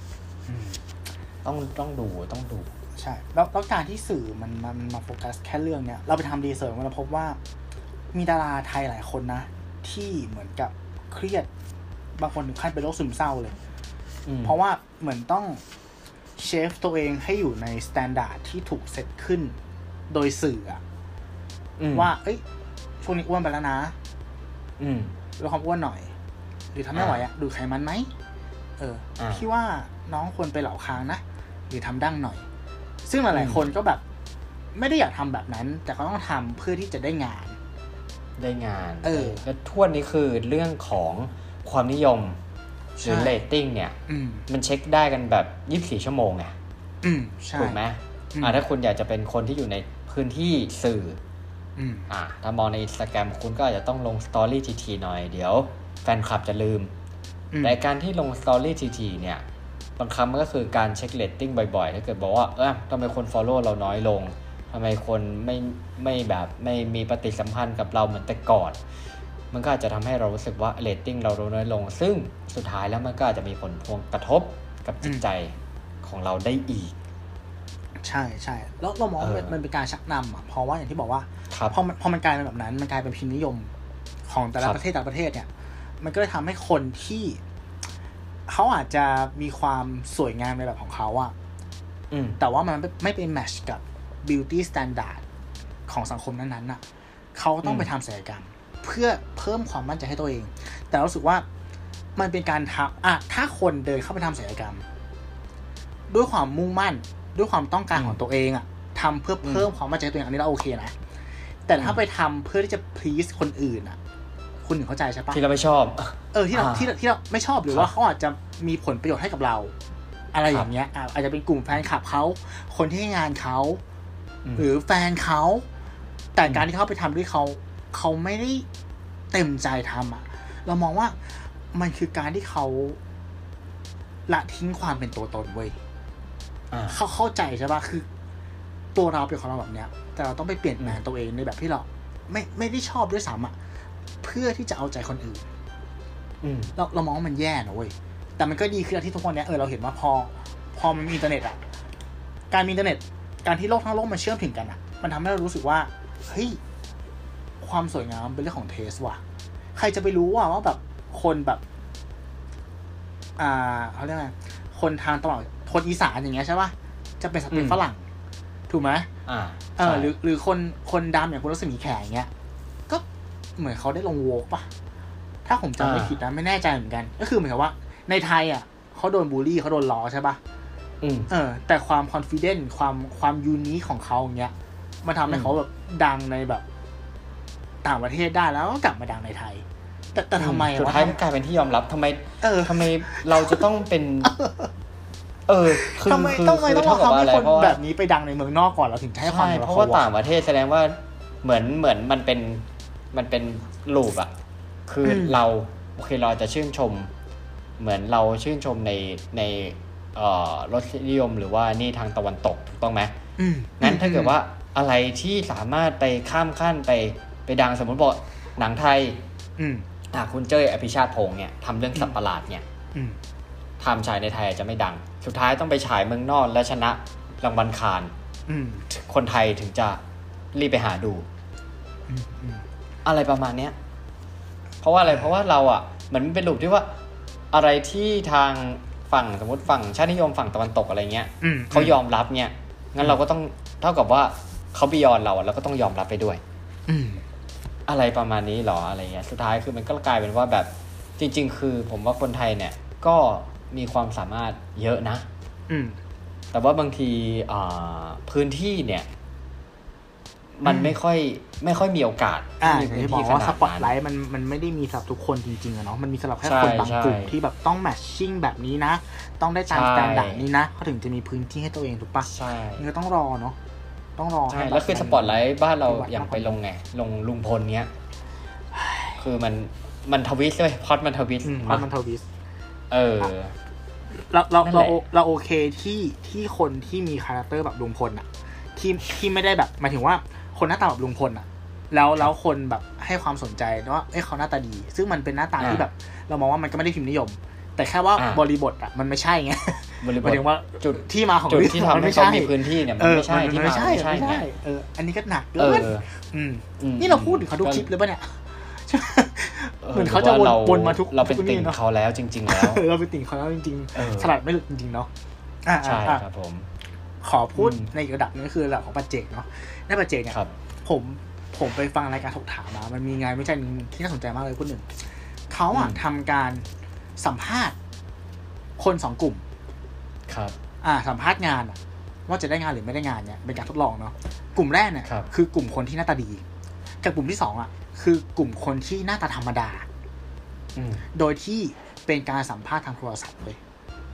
ต้องดูใช่แล้วการที่สื่อมันมาโฟกัสแค่เรื่องเนี้ยเราไปทำรีเสิร์ชมาแล้วพบว่ามีดาราไทยหลายคนนะที่เหมือนกับเครียดบางคนถึงขั้นเป็นโรคซึมเศร้าเลยเพราะว่าเหมือนต้องเชฟตัวเองให้อยู่ในสแตนดาร์ดที่ถูกเซตขึ้นโดยสื่อว่าช่วงนี้อ้วนไปแล้วนะลดความอ้วนหน่อยหรือทำไม่ไหวดูไขมันไหมพี่ว่าน้องควรไปเหลาคางนะหรือทำดั้งหน่อยซึ่งหลายๆคนก็แบบไม่ได้อยากทำแบบนั้นแต่ก็ต้องทำเพื่อที่จะได้งานแล้วทั่วนี้คือเรื่องของความนิยมหรือเรตติ้งเนี่ยมันเช็คได้กันแบบ24ชั่วโมงไงถูกไหมถ้าคุณอยากจะเป็นคนที่อยู่ในพื้นที่สื่อถ้ามองใน Instagram คุณก็อาจจะต้องลงสตอรี่ทีๆหน่อยเดี๋ยวแฟนคลับจะลืมแต่การที่ลงสตอรี่ทีๆเนี่ยบางครั้งมันก็คือการเช็คเรตติ้งบ่อยๆถ้าเกิดบอกว่าทำไมคน follow เราน้อยลงทำไมคนไม่แบบไม่มีปฏิสัมพันธ์กับเราเหมือนแต่ก่อนมันก็อาจจะทำให้เรารู้สึกว่าเรตติ้งเราน้อยลงซึ่งสุดท้ายแล้วมันก็อาจจะมีผลพวงกระทบกับจิตใจของเราได้อีกใช่แล้วเรามองมันเป็นการชักนำเพราะว่าอย่างที่บอกว่าพอมันกลายเป็นแบบนั้นมันกลายเป็นพิมพ์นิยมของแต่ละประเทศเนี่ยมันก็เลยทำให้คนที่เขาอาจจะมีความสวยงามในแบบของเขาแต่ว่ามันไม่ไปแมทช์กับ beauty standard ของสังคมนั้นๆเขาต้องไปทำศัลยกรรมเพื่อเพิ่มความมั่นใจให้ตัวเองแต่รู้สึกว่ามันเป็นการทำถ้าคนเดินเข้าไปทำศัลยกรรมด้วยความมุ่งมั่นด้วยความต้องการของตัวเองทำเพื่อเพิ่มความมั่นใจตัวเองอันนี้เราโอเคนะแต่ถ้าไปทำเพื่อที่จะ please คนอื่นคุณถึงเข้าใจใช่ปะที่เราไม่ชอบที่เราไม่ชอบหรือว่าเขาอาจจะมีผลประโยชน์ให้กับเราอะไรอย่างเงี้ยอาจจะเป็นกลุ่มแฟนคลับเขาคนที่ให้งานเขาหรือแฟนเขาแต่การที่เขาไปทำด้วยเขาไม่ได้เต็มใจทำเรามองว่ามันคือการที่เขาละทิ้งความเป็นตัวตนเว้ยเขาเข้าใจใช่ป่ะคือตัวเราเป็นของเราแบบเนี้ยแต่เราต้องไปเปลี่ยนแปลงตัวเองในแบบที่เราไม่ได้ชอบด้วยซ้ำเพื่อที่จะเอาใจคนอื่นเรามองว่ามันแย่นะเว้ยแต่มันก็ดีขึ้นที่ทุกวันนี้เราเห็นว่าพอมันมีอินเทอร์เน็ตการมีอินเทอร์เน็ตการที่โลกทั้งโลกมันเชื่อมถึงกันมันทำให้เรารู้สึกว่าเฮ้ยความสวยงามเป็นเรื่องของเทสว่ะใครจะไปรู้ว่าแบบคนแบบเขาเรียกไงคนทางตะวันออกคนอีสานอย่างเงี้ยใช่ป่ะจะเป็นสเปคฝรั่งถูกไหมหรือคนดำอย่างคุณรัศมีแขกอย่างเงี้ยก็เหมือนเขาได้ลงโวกป่ะถ้าผมจำไม่ผิดนะไม่แน่ใจเหมือนกันก็คือเหมือนกับว่าในไทยเขาโดนบูลลี่เขาโดนล้อใช่ป่ะแต่ความคอนฟิเดนซ์ความยูนิคของเขาอย่างเงี้ยมันทำให้เขาแบบดังในแบบต่างประเทศได้แล้วก็กลับมาดังในไทยแต่ทำไมสุดท้ายกลายเป็นที่ยอมรับทำไมเราจะต้องเป็นทำไมต้องให้คนแบบนี้ไปดังในเมืองนอกก่อนเราถึงจะให้ความเพราะว่าต่างประเทศแสดงว่าเหมือนมันเป็นลูปคือเราโอเคเราจะชื่นชมเหมือนเราชื่นชมในรสนิยมหรือว่านี่ทางตะวันตกถูกต้องไหมงั้นถ้าเกิดว่าอะไรที่สามารถไปข้ามขั้นไปดังสมมติบอกหนังไทยคุณเจ้ยอภิชาติพงษ์เนี่ยทำเรื่องสัตว์ประหลาดเนี่ยทำฉายในไทยอาจจะไม่ดังสุดท้ายต้องไปฉายเมืองนอกและชนะรางวัลคานคนไทยถึงจะรีบไปหาดูอะไรประมาณเนี้ยเพราะว่าอะไรเพราะว่าเราอ่ะเหมือนเป็นลูปที่ว่าอะไรที่ทางฝั่งสมมติฝั่งชาตินิยมฝั่งตะวันตกอะไรเงี้ยเขายอมรับเนี่ยงั้นเราก็ต้องเท่ากับว่าเขาบียอนเราก็ต้องยอมรับไปด้วยอะไรประมาณนี้หรออะไรเงี้ยสุดท้ายคือมันก็กลายเป็นว่าแบบจริงๆคือผมว่าคนไทยเนี่ยก็มีความสามารถเยอะนะแต่ว่าบางทีพื้นที่เนี่ยมันไม่ค่อยมีโอกาสที่จะบอกว่าสปอตไลท์มันไม่ได้มีสำหรับทุกคนจริงๆอะเนาะมันมีสำหรับแค่คนบางกลุ่มที่แบบต้องแมทชิ่งแบบนี้นะต้องได้ตามสแตนดาร์ดนี้นะเขาถึงจะมีพื้นที่ให้ตัวเองถูกปะใช่นี่ก็ต้องรอเนาะต้องรอใช่แล้วคือสปอตไลท์บ้านเราอย่างไปลงไงลงลุงพลเนี้ยคือมันทวิสเลยพอดมันทวิสเราโอเคที่คนที่มีคาแรคเตอร์แบบลุงพลอะที่ไม่ได้แบบหมายถึงว่าคนหน้าตาแบบลุงพลอะแล้วคนแบบให้ความสนใจว่าเขาหน้าตาดีซึ่งมันเป็นหน้าตาที่แบบเรามองว่ามันก็ไม่ได้พิมพ์นิยมแต่แค่ว่าบริบทอะมันไม่ใช่ไงหมายถึงว่าจุดที่มาของจุดที่ทำให้เขามีพื้นที่เนี่ยมันไม่ใช่ที่มาไม่ใช่อันนี้ก็หนักเกินนี่เราพูดถึงเขาทุกคลิปเลยป่ะเนี่ยเหมือนเขาจะวนมาทุกเราเป็นติ่งเขาแล้วจริงๆแล้วเราเป็นติ่งเขาแล้วจริงๆฉลาดไม่หลุดจริงๆเนาะใช่ครับผมขอพูดในอีกระดับนึงก็คือระดับของปัจเจกเนาะในปัจเจกเนี่ยผมไปฟังรายการถกถามมามันมีงานวิจัยที่น่าสนใจมากเลยคนหนึ่งเขาทำการสัมภาษณ์คน2กลุ่มครับสัมภาษณ์งานว่าจะได้งานหรือไม่ได้งานเนี่ยเป็นการทดลองเนาะกลุ่มแรกเนี่ยคือกลุ่มคนที่หน้าตาดีกับกลุ่มที่2คือกลุ่มคนที่หน้าตาธรรมดาโดยที่เป็นการสัมภาษณ์ทางโทรศัพท์เลย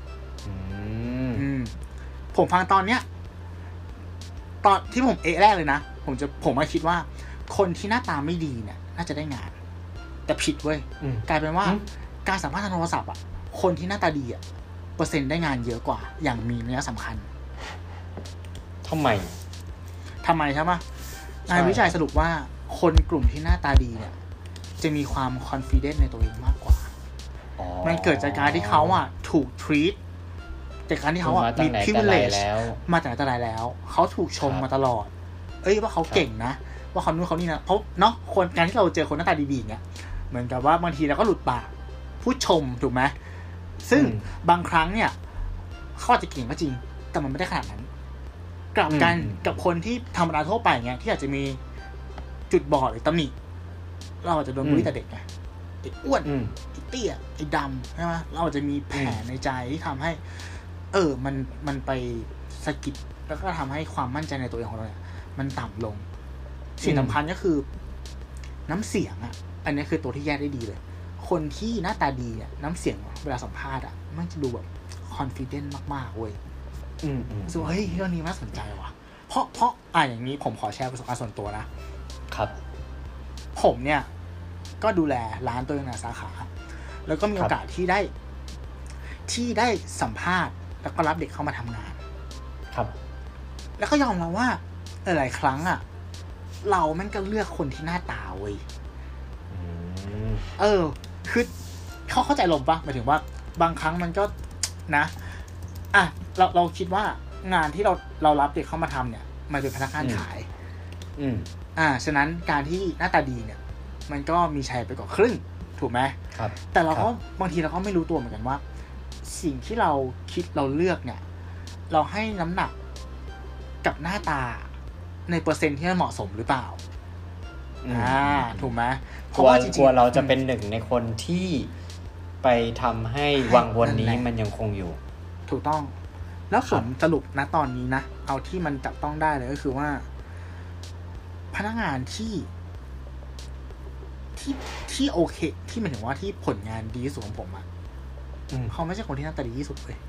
ผมฟังตอนเนี้ยตอนที่ผมแรกเลยนะผมมาคิดว่าคนที่หน้าตาไม่ดีเนี่ยน่าจะได้งานแต่ผิดเว้ยกลายเป็นว่าการสัมภาษณ์ทางโทรศัพท์คนที่หน้าตาดีเปอร์เซ็นต์ได้งานเยอะกว่าอย่างมีนัยสำคัญทำไมใช่ปะงานวิจัยสรุปว่าคนกลุ่มที่หน้าตาดีเนี่ยจะมีความคอนฟิเดนซ์ในตัวเองมากกว่ามันเกิดจากการที่เขาถูกทรีตจากการที่เขามี privilege มาแต่ไหนแล้วเขาถูกชมมาตลอดว่าเขาเก่งนะว่าเขานู่นเขานี่นะเพราะเนาะคนการที่เราเจอคนหน้าตาดีๆเนี่ยเหมือนกับว่าบางทีเราก็หลุดปากพูดชมถูกไหมซึ่งบางครั้งเนี่ยเขาอาจจะเก่งก็จริงแต่มันไม่ได้ขนาดนั้นกลับกันกับคนที่ธรรมดาทั่วไปเงี้ยที่อาจจะมีจุดบอดหรือตำหนิเราอาจจะโดนบูลลี่แต่เด็กไงไอ้อ้วนไอ้เตี้ยไอ้ดำใช่ไหมเราอาจจะมีแผลในใจที่ทำให้มันไปสะกิดแล้วก็ทำให้ความมั่นใจในตัวเองของเราเนี่ยมันต่ำลงสิ่งสำคัญก็คือน้ำเสียงอันนี้คือตัวที่แยกได้ดีเลยคนที่หน้าตาดีเนี่ยน้ำเสียงเวลาสัมภาษณ์มันจะดูแบบคอนฟิเดนซ์มากๆเว้ยรู้สึกเฮ้ยเรื่องนี้น่าสนใจว่ะเพราะอย่างนี้ผมขอแชร์ประสบการณ์ส่วนตัวนะครับผมเนี่ยก็ดูแลร้านตัวเองในสาขาแล้วก็มีโอกาสที่ได้สัมภาษณ์แล้วก็รับเด็กเข้ามาทำงานครับแล้วก็ยอมรับว่าหลายครั้งเราแม่งก็เลือกคนที่หน้าตาเว้ยคือเขาเข้าใจลมปะหมายถึงว่าบางครั้งมันก็นะเราคิดว่างานที่เรารับเด็กเข้ามาทำเนี่ยมันเป็นพนักงานขายฉะนั้นการที่หน้าตาดีเนี่ยมันก็มีชัยไปกว่าครึ่งถูกไหมครับแต่เราก็บางทีเราก็ไม่รู้ตัวเหมือนกันว่าสิ่งที่เราคิดเราเลือกเนี่ยเราให้น้ำหนักกับหน้าตาในเปอร์เซ็นต์ที่มันเหมาะสมหรือเปล่าถูกไหมเพราะว่าจริงๆเราจะเป็นหนึ่งในคนที่ไปทำให้วังวนนี้มันยังคงอยู่ถูกต้องแล้วผมสรุปนะตอนนี้นะเอาที่มันจับต้องได้เลยก็คือว่าพนักงานที่โอเคที่หมายถึงว่าที่ผลงานดีที่สุดของผมเขาไม่ใช่คนที่หน้าตาดีที่สุดเลย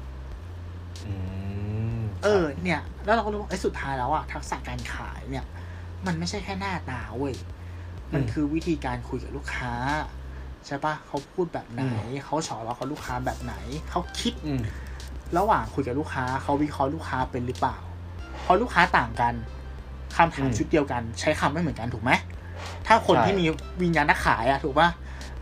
เนี่ยแล้วเราก็รู้ว่าสุดท้ายแล้วทักษะการขายเนี่ยมันไม่ใช่แค่หน้าตาเว้ยมันคือวิธีการคุยกับลูกค้าใช่ปะเขาพูดแบบไหนเขาเฉาะเรากับลูกค้าแบบไหนเขาคิดระหว่างคุยกับลูกค้าเขาวิเคราะห์ลูกค้าเป็นหรือเปล่าเพราะลูกค้าต่างกันคำถามชุดเดียวกันใช้คำไม่เหมือนกันถูกไหมถ้าคนที่มีวิญญาณนักขายถูกปะ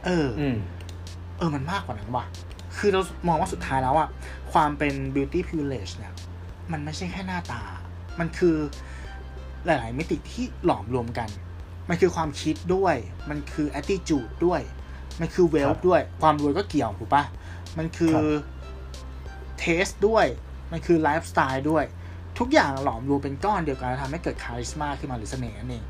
มันมากกว่านั้นว่ะคือเรามองว่าสุดท้ายแล้วความเป็น beauty privilege เนี่ยมันไม่ใช่แค่หน้าตามันคือหลายๆมิติที่หลอมรวมกันมันคือความคิดด้วยมันคือ attitude ด้วยมันคือ wealth ด้วยความรวยก็เกี่ยวถูกปะมันคือ taste ด้วยมันคือ lifestyle ด้วยทุกอย่างหลอมรวมเป็นก้อนเดียวกันทำให้เกิด charisma ขึ้นมาหรือเสน่ห์นั่นเอง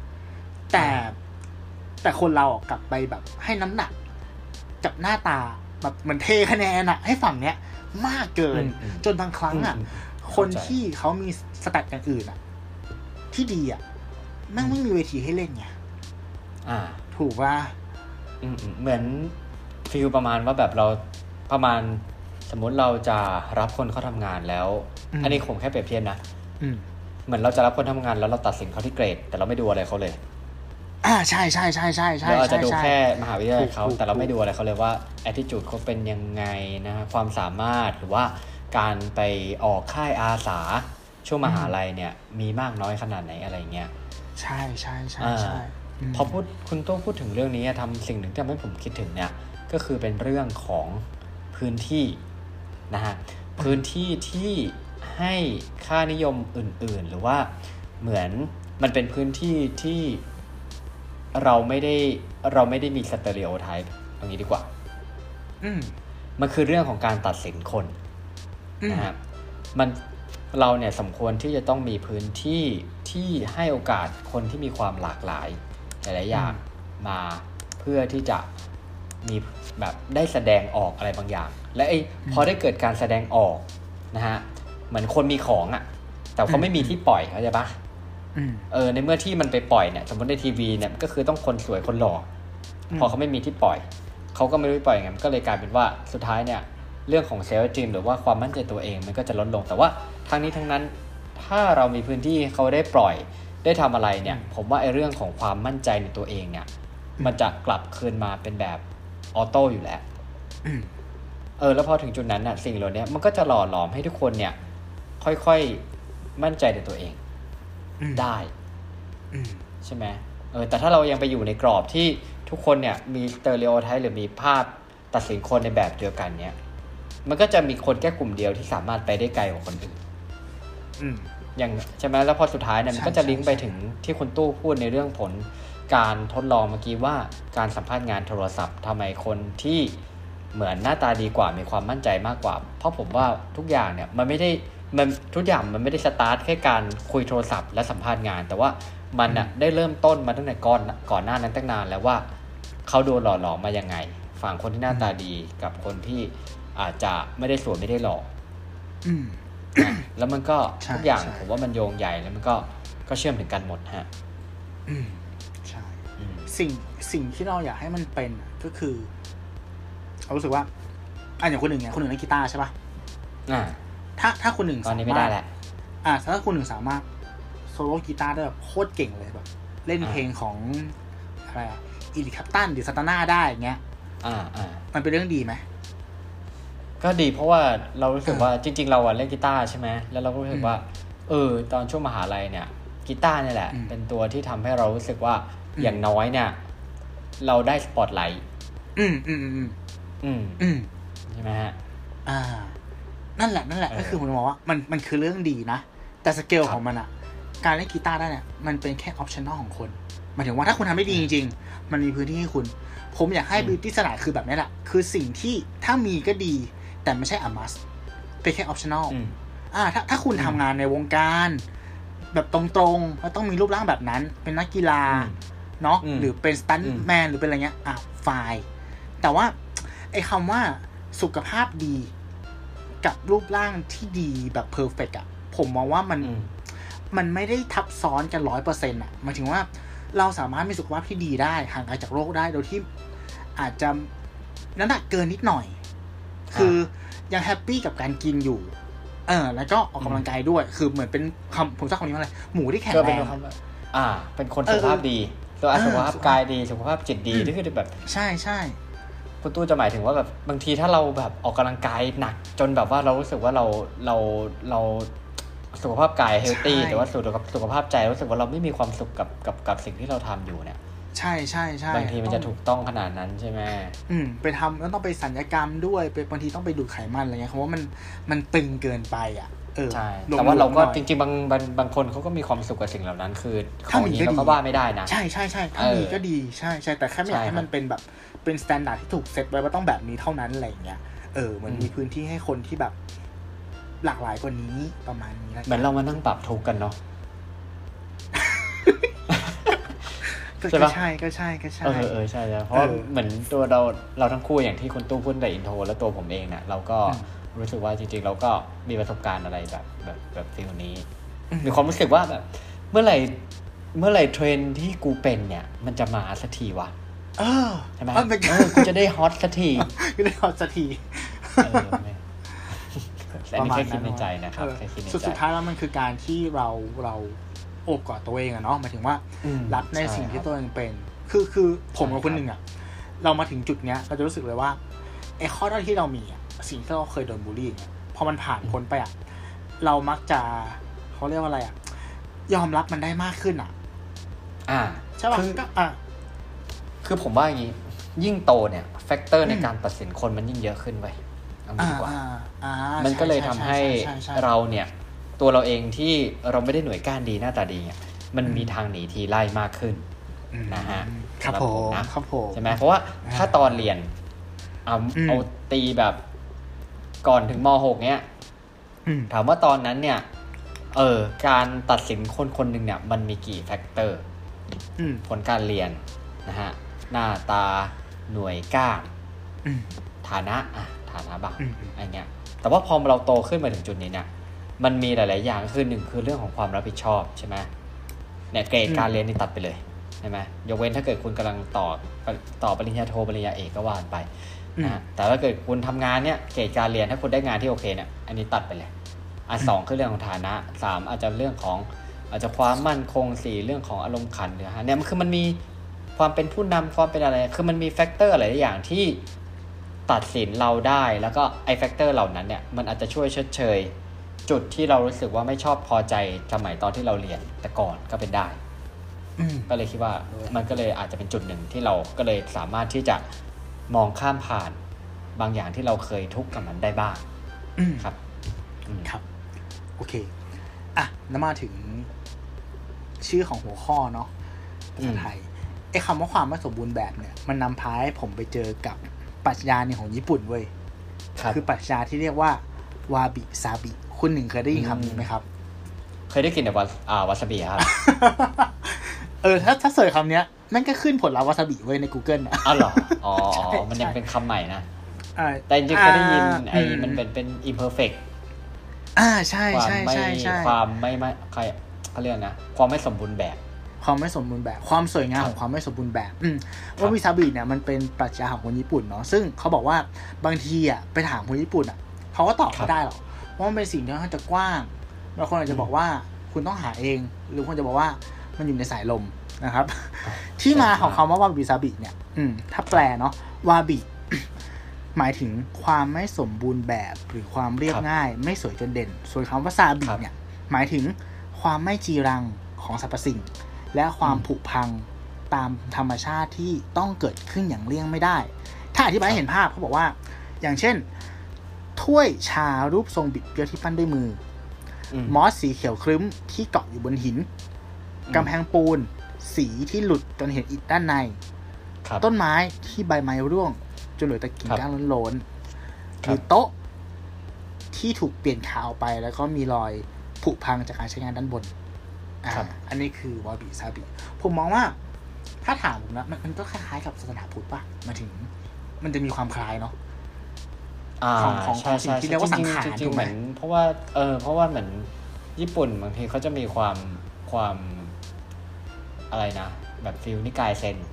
แต่คนเรากลับไปแบบให้น้ำหนักกับหน้าตาแบบเหมือนเทคะแนนอะให้ฝั่งเนี้ยมากเกินจนบางครั้งคนที่เขามีสแตทอย่างอื่นที่ดีแม่งไม่มีเวทีให้เล่นไงถูกป่ะเหมือนฟีลประมาณว่าแบบเราประมาณสมมุติเราจะรับคนเข้าทำงานแล้วอันนี้ผมแค่เปรียบเทียบนะเหมือนเราจะรับคนทำงานแล้วเราตัดสินเขาที่เกรดแต่เราไม่ดูอะไรเขาเลยใช่ใช่ใช่ใช่ใช่เราจะดูแค่มหาวิทยาลัยเขาแต่เราไม่ดูอะไรเขาเลยว่า attitude เขาเป็นยังไงนะความสามารถหรือว่าการไปออกค่ายอาสาช่วงมหาลัยเนี่ยมีมากน้อยขนาดไหนอะไรเงี้ยใช่ใช่ใช่ใช่พอคุณตู้พูดถึงเรื่องนี้ทำสิ่งหนึ่งที่ทำให้ผมคิดถึงเนี่ยก็คือเป็นเรื่องของพื้นที่นะฮะพื้นที่ที่ให้ค่านิยมอื่นๆหรือว่าเหมือนมันเป็นพื้นที่ที่เราไม่ได้มีสเตอริโอไทป์ตรงนี้ดีกว่ามันคือเรื่องของการตัดสินคนนะครับเราเนี่ยสมควรที่จะต้องมีพื้นที่ที่ให้โอกาสคนที่มีความหลากหลายหลายๆอย่างมาเพื่อที่จะมีแบบได้แสดงออกอะไรบางอย่างและพอได้เกิดการแสดงออกนะฮะเหมือนคนมีของแต่เขาไม่มีที่ปล่อยเข้าใจปะในเมื่อที่มันไปปล่อยเนี่ยสมมติในทีวีเนี่ยก็คือต้องคนสวยคนหล่อพอเขาไม่มีที่ปล่อยเขาก็ไม่รู้ปล่อยไงมันก็เลยกลายเป็นว่าสุดท้ายเนี่ยเรื่องของเซลฟ์จีมหรือว่าความมั่นใจตัวเองมันก็จะลดลงแต่ว่าทั้งนี้ทั้งนั้นถ้าเรามีพื้นที่เขาได้ปล่อยได้ทำอะไรเนี่ยผมว่าเรื่องของความมั่นใจในตัวเองเนี่ยมันจะกลับคืนมาเป็นแบบออโต้อยู่แล้วแล้วพอถึงจุดนั้นน่ะสิ่งเหล่านี้มันก็จะหล่อหลอมให้ทุกคนเนี่ยค่อยๆมั่นใจในตัวเองได้ใช่ไหมแต่ถ้าเรายังไปอยู่ในกรอบที่ทุกคนเนี่ยมีสเตอริโอไทป์หรือมีภาพตัดสินคนในแบบเดียวกันเนี่ยมันก็จะมีคนแค่กลุ่มเดียวที่สามารถไปได้ไกลกว่าคนอื่นอย่างใช่ไหมแล้วพอสุดท้ายเนี่ยมันก็จะลิงก์ไปถึงที่คุณตู้พูดในเรื่องผลการทดลองเมื่อกี้ว่าการสัมภาษณ์งานโทรศัพท์ทำไมคนที่เหมือนหน้าตาดีกว่ามีความมั่นใจมากกว่าเพราะผมว่าทุกอย่างเนี่ยมันทุกอย่างมันไม่ได้สตาร์ทแค่การคุยโทรศัพท์และสัมภาษณ์งานแต่ว่ามันได้เริ่มต้นมาตั้งแต่ก่อนหน้านั้นตั้งนานแล้วว่าเขาโดนหล่อหลอมมายังไงฝั่งคนที่หน้าตาดีกับคนที่อาจจะไม่ได้สวยไม่ได้หล่อแล้วมันก็ทุกอย่างผมว่ามันโยงใหญ่แล้วมันก็เชื่อมถึงกันหมดฮะใช่สิ่งที่เราอยากให้มันเป็นก็คือเรารู้สึกว่าอย่างคนหนึ่งเนี่ยคนหนึ่งเล่นกีตาร์ใช่ป่ะถ้าคนหนึ่งตอนนี้ไม่ได้แหละถ้าคนหนึ่งสามารถโซโล่กีตาร์ได้แบบโคตรเก่งเลยแบบเล่นเพลงของอะไรอีริคคัปตันหรือซาตาน่าได้อย่างเงี้ยมันเป็นเรื่องดีไหมก็ดีเพราะว่าเรารู้สึกว่าจริงๆเราเล่นกีตาร์ใช่ไหมแล้วเราก็รู้สึกว่าตอนช่วงมหาลัยเนี่ยกีตาร์นี่แหละเป็นตัวที่ทำให้เรารู้สึกว่าอย่างน้อยเนี่ยเราได้สปอตไลท์ใช่ไหมฮะนั่นแหละก็คือผมมองว่ามันคือเรื่องดีนะแต่สเกลของมันการเล่นกีตาร์ได้เนี่ยมันเป็นแค่ออปชั่นนอลของคนหมายถึงว่าถ้าคุณทำได้ดีจริงๆมันมีพื้นที่ให้คุณผมอยากให้บิวตี้สไตล์คือแบบนี้แหละคือสิ่งที่ถ้ามีก็ดีแต่ไม่ใช่มัสเป็นแค่ออปชั่นนอลถ้าคุณทำงานในวงการแบบตรงๆแล้วต้องมีรูปร่างแบบนั้นเป็นนักกีฬาเนาะหรือเป็นสตันท์แมนหรือเป็นอะไรเงี้ยไฟล์แต่ว่าไอ้คำว่าสุขภาพดีกับรูปร่างที่ดีแบบเพอร์เฟกต์ผมมองว่ามันไม่ได้ทับซ้อนกัน 100% หมายถึงว่าเราสามารถมีสุขภาพที่ดีได้ห่างไกลจากโรคได้โดยที่อาจจะน้ำหนักเกินนิดหน่อยคือยังแฮปปี้กับการกินอยู่แล้วก็ออกกำลังกายด้วยคือเหมือนเป็นผมชอบคำนี้ว่าอะไรหมูที่แข็งแรงเป็นคนสุขภาพดีตัวสุขภาพกายดีสุขภาพจิตดีนี่คือแบบใช่คุณตู้จะหมายถึงว่าแบบบางทีถ้าเราแบบออกกำลังกายหนักจนแบบว่าเรารู้สึกว่าเราสุขภาพกายเฮลตี้แต่ว่าสุขภาพใจรู้สึกว่าเราไม่มีความสุขกับสิ่งที่เราทำอยู่เนี่ยใช่บางทีมันจะถูกต้องขนาดนั้นใช่ไหมไปทำแล้วต้องไปศัลยกรรมด้วยไปบางทีต้องไปดูดไขมันอะไรเงี้ยเพราะว่ามันตึงเกินไปใช่แต่ว่าเราก็จริงๆบางคนเขาก็มีความสุขกับสิ่งเหล่านั้นคือของนี้เราก็ว่าไม่ได้นะใช่ๆๆถ้ามีก็ดีใช่ๆแต่แค่ไม่อยากให้มันเป็นแบบเป็นสแตนดาร์ดที่ถูกเซตไว้ว่าต้องแบบนี้เท่านั้นอะไรอย่างเงี้ยมันมีพื้นที่ให้คนที่แบบหลากหลายกว่านี้ประมาณนี้เหมือนเรามานั่งปรับทุกข์กันเนาะก็ใช่ใช่ใช่เพราะเหมือนตัวเราทั้งคู่อย่างที่คุณตู้พูดในอินโทรแล้วตัวผมเองเนี่ยเราก็รู้สึกว่าจริงๆเราก็มีประสบการณ์อะไรแบบฟีลนี้มีความรู้สึกว่าแบบเมื่อไหร่เทรนด์ที่กูเป็นเนี่ยมันจะมาสักทีวะใช่ไหมกูจะได้ฮอตสักทีก็ได้ฮอตสักทีแต่นี่แค่คิดในใจนะครับสุดท้ายแล้วมันคือการที่เราโอบกอดตัวเองอะเนาะหมายถึงว่ารักในสิ่งที่ตัวเองเป็นคือผมกับคนหนึ่งอะเรามาถึงจุดเนี้ยเราจะรู้สึกเลยว่าไอ้ข้อด้อยที่เรามีอะสิ่งที่เราเคยโดนบูลลี่เนี่ยพอมันผ่านพ้นไปอะเรามักจะเขาเรียกว่าอะไรอะยอมรับมันได้มากขึ้นอะใช่ป่ะคือผมว่าอย่างนี้ยิ่งโตเนี่ยแฟกเตอร์ในการตัดสินคนมันยิ่งเยอะขึ้นไปเอาดีกว่ามันก็เลยทำให้เราเนี่ยตัวเราเองที่เราไม่ได้หน่วยก้านดีหน้าตาดีเนี่ยมันมีทางหนีทีไล่มากขึ้นนะฮะครับผมใช่ไหมเพราะว่าถ้าตอนเรียนเอาตีแบบก่อนถึงม.6 เนี่ยถามว่าตอนนั้นเนี่ยการตัดสินคนหนึ่งเนี่ยมันมีกี่แฟกเตอร์ผลการเรียนนะฮะหน้าตาหน่วยก้านฐานะบ้างอะไรเงี้ยแต่ว่าพอเราโตขึ้นมาถึงจุดนี้เนี่ยมันมีหลายๆอย่างคือหนึ่งคือเรื่องของความรับผิดชอบใช่ไหมเนี่ยเกรดการเรียนนี่ตัดไปเลยใช่ไหมยกเว้นถ้าเกิดคุณกำลังต่อปริญญาโทปริญญาเอกก็ว่าไปนะแต่ถ้าเกิดคุณทำงานเนี่ยเกรดการเรียนถ้าคุณได้งานที่โอเคเนี่ยอันนี้ตัดไปเลย2คือเรื่องของฐานะ3อาจจะเรื่องของอาจจะความมั่นคง4เรื่องของอารมณ์ขันเนี่ยมันมีความเป็นผู้นำความเป็นอะไรคือมันมีแฟกเตอร์หลายอย่างที่ตัดสินเราได้แล้วก็ไอ้แฟกเตอร์เหล่านั้นเนี่ยมันอาจจะช่วยชดเชยจุดที่เรารู้สึกว่าไม่ชอบพอใจสมัยตอนที่เราเรียนแต่ก่อนก็เป็นได้ก็เลยคิดว่ามันก็เลยอาจจะเป็นจุดหนึ่งที่เราก็เลยสามารถที่จะมองข้ามผ่านบางอย่างที่เราเคยทุกข์กับมันได้บ้างครับครับโอเคแล้วมาถึงชื่อของหัวข้อเนาะภาษาไทยไอ้คำว่าความไม่สมบูรณ์แบบเนี่ยมันนำพาให้ผมไปเจอกับปรัชญาของญี่ปุ่นเว้ยคือปรัชญาที่เรียกว่าวาบิซาบิคุณหนึ่งเคยได้ยินคำนี้ไหมครับเคยได้กินแต่วาซาบิครับถ้าเสิร์ชคำนี้มันก็ขึ้นผลลัพธ์วาซาบิไว้ใน Google นะเหรอมันยังเป็นคำใหม่นะแต่จริงๆเคยได้ยินไอ้มันเป็น imperfect ใช่ใช่ใช่ใช่ความไม่ใครเขาเรียกนะความไม่สมบูรณ์แบบความไม่สมบูรณ์แบบความสวยงามของความไม่สมบูรณ์แบบวาบิซาบิเนี่ยมันเป็นปรัชญาของคนญี่ปุ่นเนาะซึ่งเขาบอกว่าบางทีไปถามคนญี่ปุ่นเขาก็ตอบไม่ได้หรอกเพราะมันเป็นสิ่งที่ค่อนข้างจะกว้างบางคนอาจจะบอกว่าคุณต้องหาเองหรือคนจะบอกว่ามันอยู่ในสายลมนะครับที่มาของคำว่าวาบิซาบิเนี่ยถ้าแปลเนาะวาบิหมายถึงความไม่สมบูรณ์แบบหรือความเรียบง่ายไม่สวยจนเด่นส่วนคำว่าซาบิเนี่ยหมายถึงความไม่จีรังของสรรพสิ่งและความผุพังตามธรรมชาติที่ต้องเกิดขึ้นอย่างเลี่ยงไม่ได้ถ้าอธิบายให้เห็นภาพเขาบอกว่าอย่างเช่นถ้วยชารูปทรงบิดเบี้ยวที่ปั้นด้วยมือมอสสีเขียวครึ้มที่เกาะอยู่บนหินกำแพงปูนสีที่หลุดจนเห็นอิฐด้านในต้นไม้ที่ใบไม้ร่วงจนเหลือแต่กิ่งก้านโล้นๆหรือโต๊ะที่ถูกเปลี่ยนขาออกไปแล้วก็มีรอยผุพังจากการใช้งานด้านบนอันนี้คือวาบิซาบิผมมองว่าถ้าถามผมนะมันก็คล้ายๆกับศาสนาพุทธป่ะมาถึงมันจะมีความคล้ายเนาะของสิ่งที่เรียกว่าสังขารถูกไหมเพราะว่าเหมือนญี่ปุ่นบางทีเขาจะมีความอะไรนะแบบฟิลนิกายเซน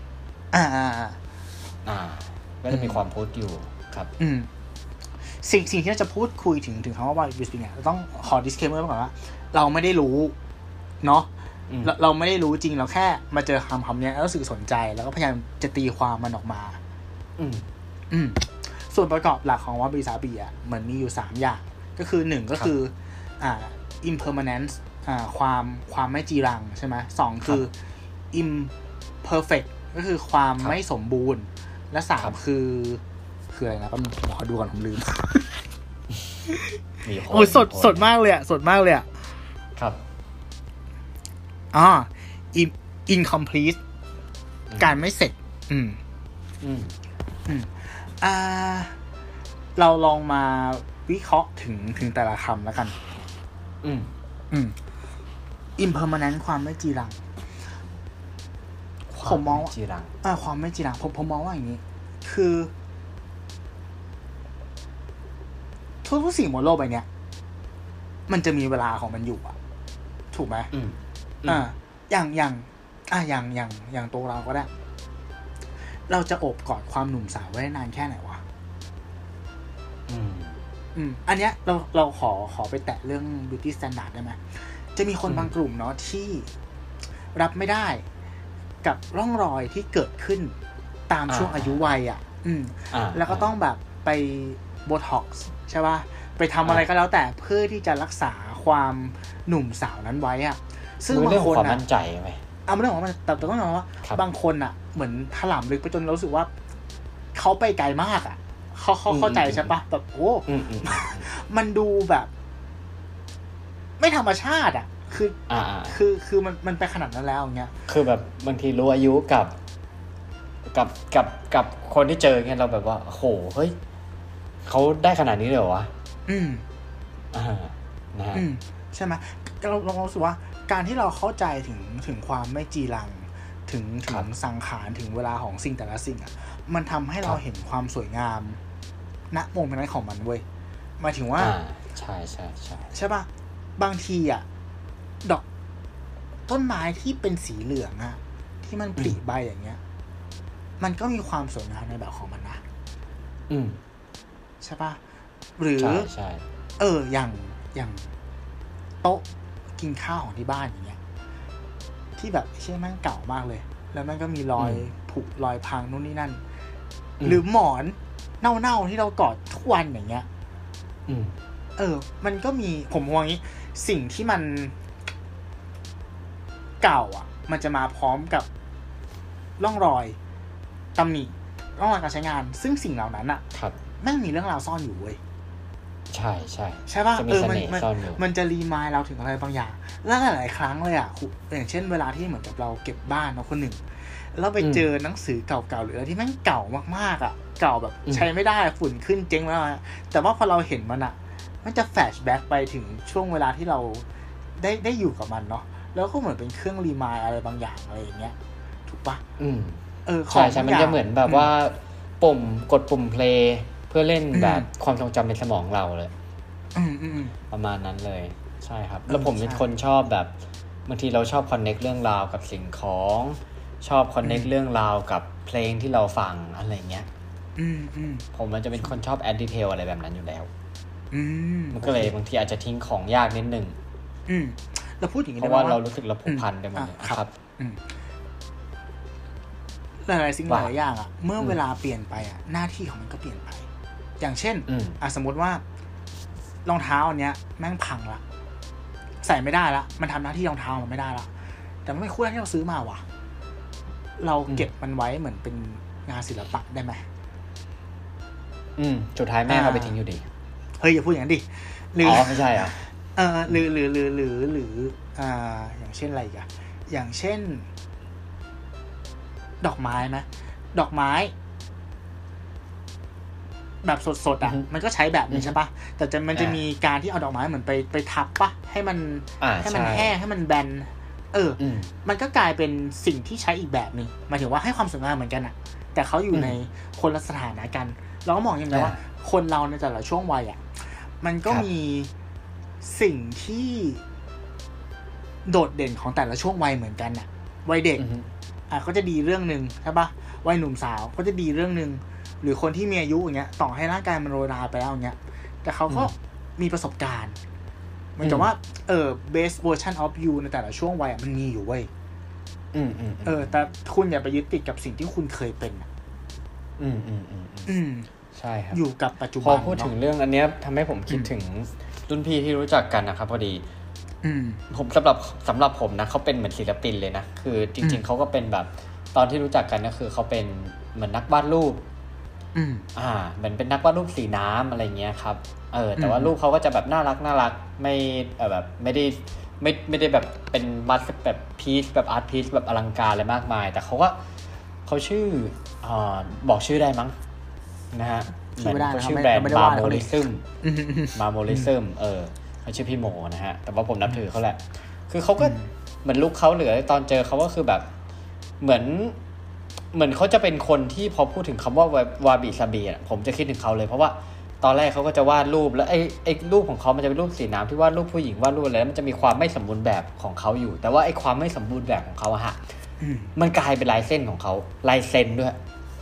ก็จะมีความพุทธอยู่ครับสิ่งที่เราจะพูดคุยถึงคำว่าวาบิซาบิเนี่ยต้องขอ disclaimer ก่อนว่าเราไม่ได้รู้เนาะเราไม่ได้รู้จริงเราแค่มาเจอคำนี้แล้วรู้สึกสนใจแล้วก็พยายามจะตีความมันออกมาส่วนประกอบหลักของวาบิซาบิเหมือนมีอยู่3อย่างก็คือ1ก็คือimpermanence ความไม่จีรังใช่ไหม2คือ imperfect ก็คือความไม่สมบูรณ์และ3คืออะไรนะแป๊บนึงขอดูก่อนผมลืมโอ้ยสดมากเลยอ่ะสดมากเลยอ่ะครับ incomplete การไม่เสร็จเราลองมาวิเคราะห์ถึงแต่ละคำแล้วกันimpermanent ความไม่จีรังผมมองว่าความไม่จีรังผมมองว่าอย่างนี้คือทุกสิ่งบนโลกใบนี้มันจะมีเวลาของมันอยู่อ่ะถูกไหมอย่างตัวเราก็ได้เราจะโอบกอดความหนุ่มสาวไว้ได้นานแค่ไหนวะอันเนี้ยเราขอไปแตะเรื่อง beauty standard ได้ไหมจะมีคนบางกลุ่มเนาะที่รับไม่ได้กับร่องรอยที่เกิดขึ้นตามช่วงอายุวัยแล้วก็ต้องแบบไปโบท็อกซ์ใช่ป่ะไปทำอะไรก็แล้วแต่เพื่อที่จะรักษาความหนุ่มสาวนั้นไว้ซึ่งบางคนมั่นใจไหมเรื่องของมันแต่ต้องยอมว่าบางคนเหมือนถลำลึกไปจนรู้สึกว่าเขาไปไกลมากเขาเข้าใจใช่ปะแบบโอ้มันดูแบบไม่ธรรมชาติคือมันไปขนาดนั้นแล้วอย่างเงี้ยคือแบบบางทีรู้อายุกับคนที่เจอเงี้ยเราแบบว่าโหเฮ้ยเขาได้ขนาดนี้เลยเหรอวะนะฮะใช่ไหมเรารู้สึกว่าการที่เราเข้าใจถึงความไม่จีรังถึงสังขารถึงเวลาของสิ่งแต่ละสิ่งมันทำให้เราเห็นความสวยงามณโมเมนต์ของมันเว้ยหมายถึงว่าใช่ใช่ป่ะบางทีดอกต้นไม้ที่เป็นสีเหลืองที่มันผลิใบอย่างเงี้ยมันก็มีความสวยงามในแบบของมันนะใช่ป่ะหรือใช่อย่างโต๊ะกินข้าวของที่บ้านอย่างเงี้ยที่แบบเช่นมันเก่ามากเลยแล้วมันก็มีรอยผุรอยพังนู่นนี่นั่นหรือหมอนเน่าๆที่เรากอดทุกวันอย่างเงี้ยมันก็มีผมมองอย่างนี้สิ่งที่มันเก่ามันจะมาพร้อมกับร่องรอยตำหนิร่องรอยการใช้งานซึ่งสิ่งเหล่านั้นแม่งมีเรื่องราวซ่อนอยู่เว้ยใช่ป่ะมันจะรีมายเราถึงอะไรบางอย่างแล้วหลายๆครั้งเลยอย่างเช่นเวลาที่เหมือนกับเราเก็บบ้านเนาะคนหนึ่งแล้วไปเจอหนังสือเก่าๆหรืออะไรที่แม่งเก่ามากๆเก่าแบบใช้ไม่ได้ฝุ่นขึ้นเจ๊งแล้วแต่ว่าพอเราเห็นมันจะแฟลชแบ็กไปถึงช่วงเวลาที่เราได้อยู่กับมันเนาะแล้วก็เหมือนเป็นเครื่องรีมายอะไรบางอย่างอะไรอย่างเงี้ยถูกป่ะใช่มันจะเหมือนแบบว่ากดปุ่มเพลย์เพื่อเล่นแบบความทรงจำในสมองเราเลยประมาณนั้นเลยใช่ครับแล้วผมเป็นคนชอบแบบบางทีเราชอบคอนเนคเรื่องราวกับสิ่งของชอบคอนเนคเรื่องราวกับเพลงที่เราฟังอะไรเงี้ยผมมันจะเป็นคนชอบแอดดีเทลอะไรแบบนั้นอยู่แล้วมันก็เลยบางทีอาจจะทิ้งของยากนิดนึงเราพูดอย่างนี้เพราะว่าเรารู้สึกเราผูกพันไปหมดเลยครับหลายๆสิ่งหลายอย่างเมื่อเวลาเปลี่ยนไปหน้าที่ของมันก็เปลี่ยนไปอย่างเช่นสมมติว่ารองเท้าอันเนี้ยแม่งพังละใส่ไม่ได้ละมันทำหน้าที่รองเท้ามันไม่ได้ละแต่มันไม่คุ้มที่เราซื้อมาว่ะเราเก็บมันไว้เหมือนเป็นงานศิลปะได้ไหมสุดท้ายแม่เอาไปทิ้งอยู่ดีเฮ้ยอย่าพูดอย่างนั้นดิไม่ใช่หรืออย่างเช่นอะไรอีกอย่างเช่นดอกไม้ไหมดอกไม้แบบสดมันก็ใช้แบบนี้ใช่ปะแต่มันจะมีการที่เอาดอกไม้เหมือนไปทับปะให้มันแห้งให้มันแบนมันก็กลายเป็นสิ่งที่ใช้อีกแบบนึงหมายถึงว่าให้ความสวยงามเหมือนกันแต่เขาอยู่ในคนละสถานะกันเราก็มองอย่างไรว่าคนเราในแต่ละช่วงวัยมันก็มีสิ่งที่โดดเด่นของแต่ละช่วงวัยเหมือนกันวัยเด็กก็จะดีเรื่องนึงใช่ปะวัยหนุ่มสาวก็จะดีเรื่องนึงหรือคนที่มีอายุอย่างเงี้ยต่อให้ร่างกายมันโรยราไปแล้วอย่างเงี้ยแต่เขาก็มีประสบการณ์เหมือนกับว่าbest version of you ในแต่ละช่วงวัยมันมีอยู่เว้ยแต่คุณอย่าไปยึดติดกับสิ่งที่คุณเคยเป็นใช่ครับอยู่กับปัจจุบันพอพูดถึงเรื่องอันเนี้ยทำให้ผมคิดถึงรุ่นพี่ที่รู้จักกันนะครับพอดีผมสำหรับผมนะเขาเป็นเหมือนศิลปินเลยนะคือจริงๆเขาก็เป็นแบบตอนที่รู้จักกันก็คือเขาเป็นเหมือนนักวาดรูปเหมือนเป็นนักวาดรูปสีน้ำอะไรเงี้ยครับแต่ว่ารูปเขาก็จะแบบน่ารักไม่แบบไม่ได้แบบเป็นมาสแบบพีซแบบอาร์ตพีซแบบอลังการอะไรมากมายแต่เขาชื่อบอกชื่อได้มั้งนะฮะเหมือนเขาชื่อแบรนด์มาโมลิซึมเขาชื่อพี่โมนะฮะแต่ว่าผมนับถือเขาแหละคือเขาก็เหมือนลุคเขาเหลือตอนเจอเขาก็คือแบบเหมือนเขาจะเป็นคนที่พอพูดถึงคำว่าวาบิซาบิผมจะคิดถึงเขาเลยเพราะว่าตอนแรกเขาก็จะวาดรูปแล้วไอ้รูปของเขามันจะเป็นรูปสีน้ำที่วาดรูปผู้หญิงวาดรูปอะไรแล้วมันจะมีความไม่สมบูรณ์แบบของเขาอยู่แต่ว่าไอ้ความไม่สมบูรณ์แบบของเขาอะฮะมันกลายเป็นลายเส้นของเขาลายเส้นด้วย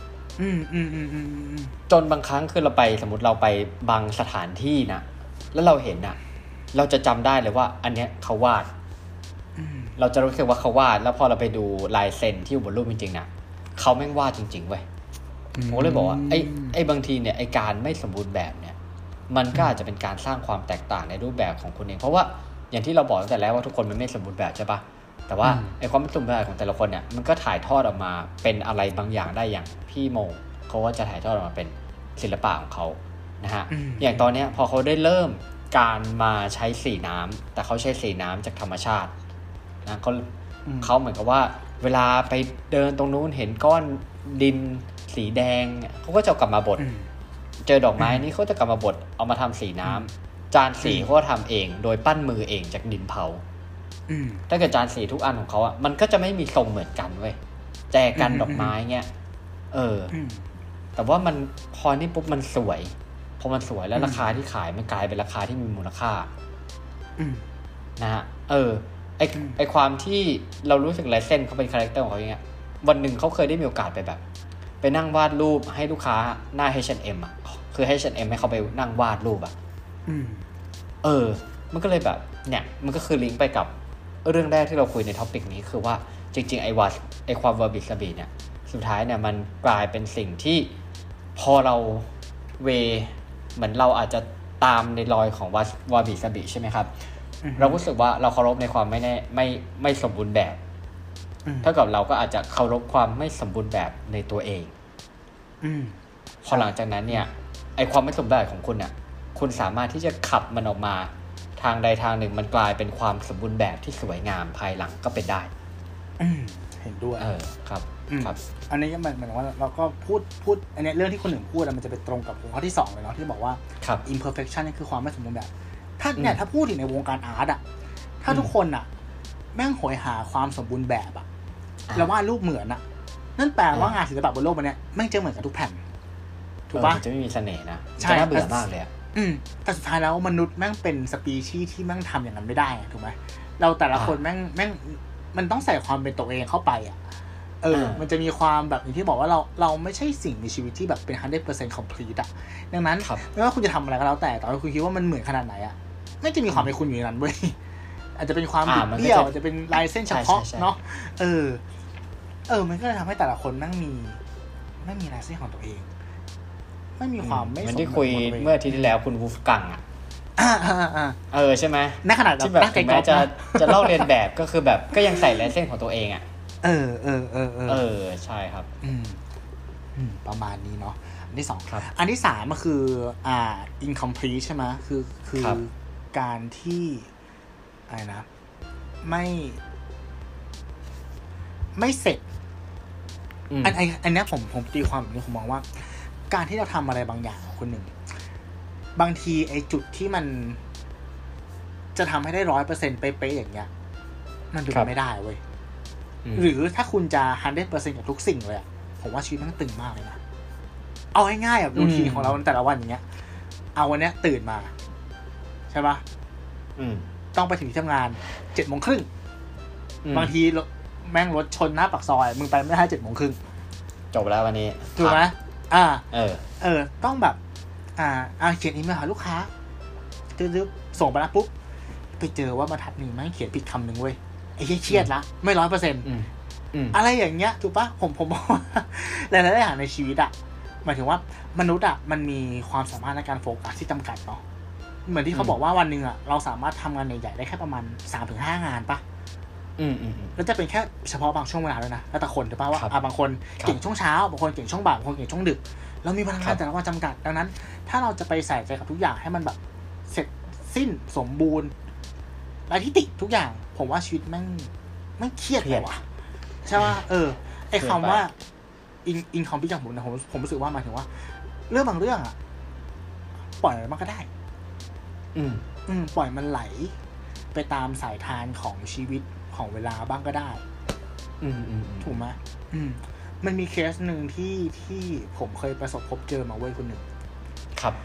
จนบางครั้งคือเราไปสมมติเราไปบางสถานที่นะแล้วเราเห็นนะเราจะจำได้เลยว่าอันเนี้ยเขาวาดเราจะรู้สึกว่าเขาวาดแล้วพอเราไปดูลายเส้นที่อยู่บนรูปจริงๆนะเขาแม่งวาดจริงๆเว้ยผมเลยบอกว่าไอ้บางทีเนี่ยไอ้การไม่สมบูรณ์แบบเนี่ยมันก็อาจจะเป็นการสร้างความแตกต่างในรูปแบบของคุณเองเพราะว่าอย่างที่เราบอกตั้งแต่แรกว่าทุกคนมันไม่สมบูรณ์แบบใช่ปะแต่ว่าไอ้ความไม่สมบูรณ์แบบของแต่ละคนเนี่ยมันก็ถ่ายทอดออกมาเป็นอะไรบางอย่างได้อย่างพี่โมเขาว่าจะถ่ายทอดออกมาเป็นศิลปะของเขานะฮะอย่างตอนนี้พอเขาได้เริ่มการมาใช้สีน้ำแต่เขาใช้สีน้ำจากธรรมชาตินะเขาเหมือนกับว่าเวลาไปเดินตรงนู้นเห็นก้อนดินสีแดงเขาก็จะกลับมาบดเจอดอกไม้นี้เขาจะกลับมาบดเอามาทำสีน้ำจานสีเขาก็ทำเองโดยปั้นมือเองจากดินเผาถ้าเกิดจานสีทุกอันของเขาอ่ะมันก็จะไม่มีทรงเหมือนกันเว้ยแจกันดอกไม้เงี้ยแต่ว่ามันพอนี่ปุ๊บมันสวยพอมันสวยแล้วราคาที่ขายมันกลายเป็นราคาที่มีมูลค่านะฮะไอความที่เรารู้สึกลายเส้นเขาเป็นคาแรคเตอร์ของเขาอย่างเงี้ยวันหนึ่งเขาเคยได้มีโอกาสไปแบบไปนั่งวาดรูปให้ลูกค้าหน้า H&M อ่ะคือ H&M ให้เขาไปนั่งวาดรูปอ่ะมันก็เลยแบบเนี่ยมันก็คือลิงก์ไปกับเรื่องแรกที่เราคุยในท็อปิกนี้คือว่าจริงๆไอความวาบิซาบิเนี่ยสุดท้ายเนี่ยมันกลายเป็นสิ่งที่พอเราเหมือนเราอาจจะตามในรอยของวาบิซาบิใช่ไหมครับเรารู้สึกว่าเราเคารพในความไม่สมบูรณ์แบบเท่ากับเราก็อาจจะเคารพความไม่สมบูรณ์แบบในตัวเองพอหลังจากนั้นเนี่ยไอความไม่สมบูรณ์แบบของคุณอ่ะคุณสามารถที่จะขับมันออกมาทางใดทางหนึ่งมันกลายเป็นความสมบูรณ์แบบที่สวยงามภายหลังก็เป็นได้เห็นด้วยครับอันนี้ก็เหมือนว่าเราก็พูดอันนี้เรื่องที่คนหนึ่งพูดมันจะไปตรงกับหัวข้อที่2เลยเนาะที่บอกว่า imperfection นี่คือความไม่สมบูรณ์แบบถ้าพูดถึงในวงการอาร์ตอ่ะถ้าทุกคนอ่ะแม่งโหยหาความสมบูรณ์แบบอ่ะแล้ววาดรูปเหมือนอ่ะนั่นแปลว่างานศิลปะบนโลกนี้แม่งจะเหมือนกับทุกแผ่นถูกปะจะไม่มีเสน่ห์นะจะน่าเบื่อมากเลยแต่สุดท้ายแล้วมนุษย์แม่งเป็นสปีชีส์ที่แม่งทำอย่างนั้นไม่ได้ถูกไหมเราแต่ละคนแม่งมันต้องใส่ความเป็นตัวเองเข้าไปอ่ะมันจะมีความแบบอย่างที่บอกว่าเราไม่ใช่สิ่งมีชีวิตที่แบบเป็น 100% complete อ่ะดังนั้นไม่ว่าคุณจะทำอะไรก็แล้วแต่ตอนคุณคิดว่ามันเหมือนขนาดไหนอ่ะไม่จะมีความเป็นคุณอยู่ในนั้นเว้ยอาจจะเป็นความบิดเบี้ยวอาจจะเป็นลายเส้นเฉพาะเนาะมันก็เลยทำให้แต่ละคนไม่มีลายเส้นของตัวเองไม่มีความไม่สมบูรณ์มันที่คุยเมื่ออาทิตย์ที่แล้วคุณวูฟกังอ่ะใช่ไหมในขนาดที่แบบถึงแม้จะลอกเลียนแบบก็คือแบบก็ยังใส่ลายเส้นของตัวเองอ่ะใช่ครับประมาณนี้เนาะอันที่2ครับอันที่3ก็คือincomplete ใช่ไหมคือการที่อะไรนะไม่เสร็จอันนี้ผมตีความแบบนี้ผมมองว่าการที่เราทำอะไรบางอย่างคนหนึ่งบางทีไอ้จุดที่มันจะทำให้ได้ 100% เป๊ะๆอย่างเงี้ยมันเป็นไม่ได้เว้ยหรือถ้าคุณจะ 100% กับทุกสิ่งเลยผมว่าชีวิตมันตึงมากเลยนะเอาง่ายๆแบบรูทีนของเราแต่ละวันอย่างเงี้ยเอาวันเนี้ยตื่นมาใช่ปะต้องไปถึงที่ทำงาน 7:30 น.บางทีแม่งรถชนหน้าปากซอยมึงไปไม่ได้ 7:30 น. จบแล้ววันนี้ถูกไหมต้องแบบเขียนอีเมลหาลูกค้าส่งไปแล้วปุ๊บไปเจอว่าบรรทัดนึงแม่งเขียนผิดคำนึงเว้ยไอ้เครียดละไม่ 100% อะไรอย่างเงี้ยถูกปะผมบอกว่าหลายๆอย่างในชีวิตอ่ะหมายถึงว่ามนุษย์อ่ะมันมีความสามารถในการโฟกัสที่จำกัดเนาะเหมือนที่เขาบอกว่าวันนึงอ่ะเราสามารถทำงานใหญ่ๆได้แค่ประมาณ 3-5 งานปะแล้วจะเป็นแค่เฉพาะบางช่วงเวลาด้วยนะแล้วแต่คนถูกปะว่าบางคนเก่งช่วงเช้าบางคนเก่งช่วงบ่ายบางคนเก่งช่วงดึกเรามีพลังงานแต่ละวันจำกัดดังนั้นถ้าเราจะไปใส่ใจกับทุกอย่างให้มันแบบเสร็จสิ้นสมบูรณ์ไร้ที่ติทุกอย่างผมว่าชีวิตแม่งเครียดเลยว่ะใช่ป่ะไอ้คำว่าอินคอมพิวต์ของผมนะผมรู้สึกว่าหมายถึงว่าเรื่องบางเรื่องอ่ะปล่อยมันก็ได้ปล่อยมันไหลไปตามสายทานของชีวิตของเวลาบ้างก็ได้ถูกไหมมันมีเคสหนึ่งที่ผมเคยประสบพบเจอมาเว้ยคนหนึ่งครับ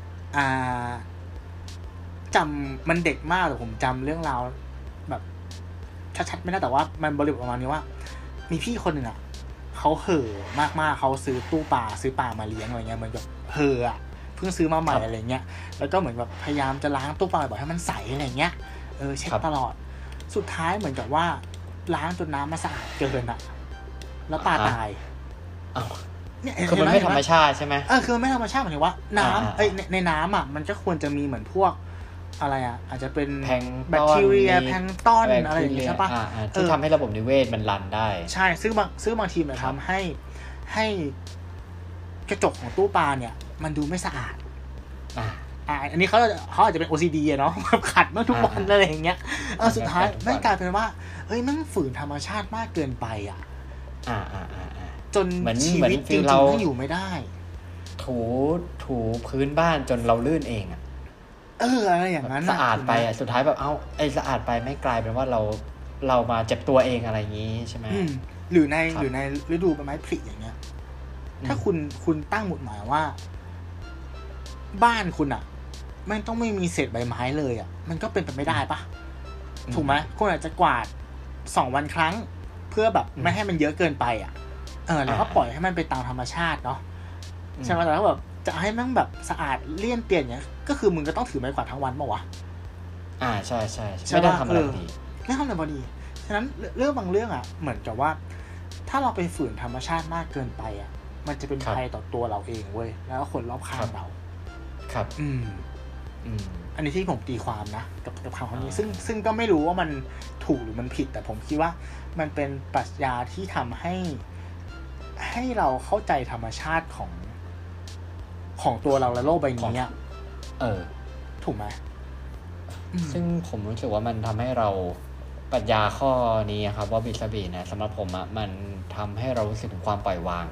จำมันเด็กมากแต่ผมจำเรื่องราวแบบชัดๆไม่ได้แต่ว่ามันบริบทประมาณนี้ว่ามีพี่คนหนึ่งอ่ะเขาเห่อมากๆเขาซื้อตู้ปลาซื้อปลามาเลี้ยงอะไรเงี้ยเหมือนกับเห่ออ่ะเพิ่งซื้อมาใหม่อะไรเงี้ยแล้วก็เหมือนแบบพยายามจะล้างตู้ปลาบ่อยให้มันใสอะไรเงี้ยเช็ดตลอดสุดท้ายเหมือนกับว่าล้างจนน้ำมันสะอาดเกินอ่ะแล้วปลาตายเนี่ยคือมันไม่ธรรมชาติใช่ไหมคือไม่ธรรมชาติหมายถึงว่าน้ำในน้ำอ่ะมันก็ควรจะมีเหมือนพวกอะไรอ่ะอาจจะเป็นแบคทีเรียแพลงก์ตอนอะไรอย่างเงี้ยใช่ป่ะที่ทำให้ระบบนิเวศมันรันได้ใช่ซึ่งบางทีมันทำให้กระจกของตู้ปลาเนี่ยมันดูไม่สะอาดอันนี้เขาอาจจะเป็น OCD อะเนาะขัดเมื่อทุกวันอะไรอย่างเงี้ยสุดท้ายไม่กลายเป็นว่าเฮ้ยมันฝืนธรรมชาติมากเกินไปอ่ะจนชีวิตจริงๆก็อยู่ไม่ได้ถูพื้นบ้านจนเราลื่นเองอ่ะอะไรอย่างนั้นสะอาดไปอ่ะสุดท้ายแบบสะอาดไปไม่กลายเป็นว่าเรามาเจ็บตัวเองอะไรอย่างงี้ใช่ไหมหรือในฤดูใบไม้ผลิอย่างเงี้ยถ้าคุณตั้งหมุดหมายว่าบ้านคุณอ่ะไม่มีเศษใบไม้เลยอ่ะมันก็เป็นไปไม่ได้ปะถูกไหมคุณอาจจะกวาด2 วันครั้งเพื่อแบบไม่ให้มันเยอะเกินไปอ่ะแล้วก็ปล่อยให้มันไปตามธรรมชาติเนาะใช่ไหมแต่ถ้าแบบจะให้มันแบบสะอาดเลี่ยนเปลี่ยนเนี้ยก็คือมึงก็ต้องถือไม้กวาดทั้งวันป่ะวะใช่ไม่ได้ทำอะไรดีไม่ทำอะไรพอดีฉะนั้นเรื่องบางเรื่องอ่ะเหมือนกับว่าถ้าเราไปฝืนธรรมชาติมากเกินไปอ่ะมันจะเป็นภัยต่อตัวเราเองเว้ยแล้วก็คนรอบข้างเราครับอันนี้ที่ผมตีความนะกับคำนี้ซึ่งก็ไม่รู้ว่ามันถูกหรือมันผิดแต่ผมคิดว่ามันเป็นปรัชญาที่ทำให้เราเข้าใจธรรมชาติของตัวเราและโลกใบนี้อ่ะถูกไหมซึ่งผมรู้สึกว่ามันทำให้เราปรัชญาข้อนี้ครับว่าบิสบีนะสำหรับผมอ่ะมันทำให้เรารู้สึกถึงความปล่อยวาง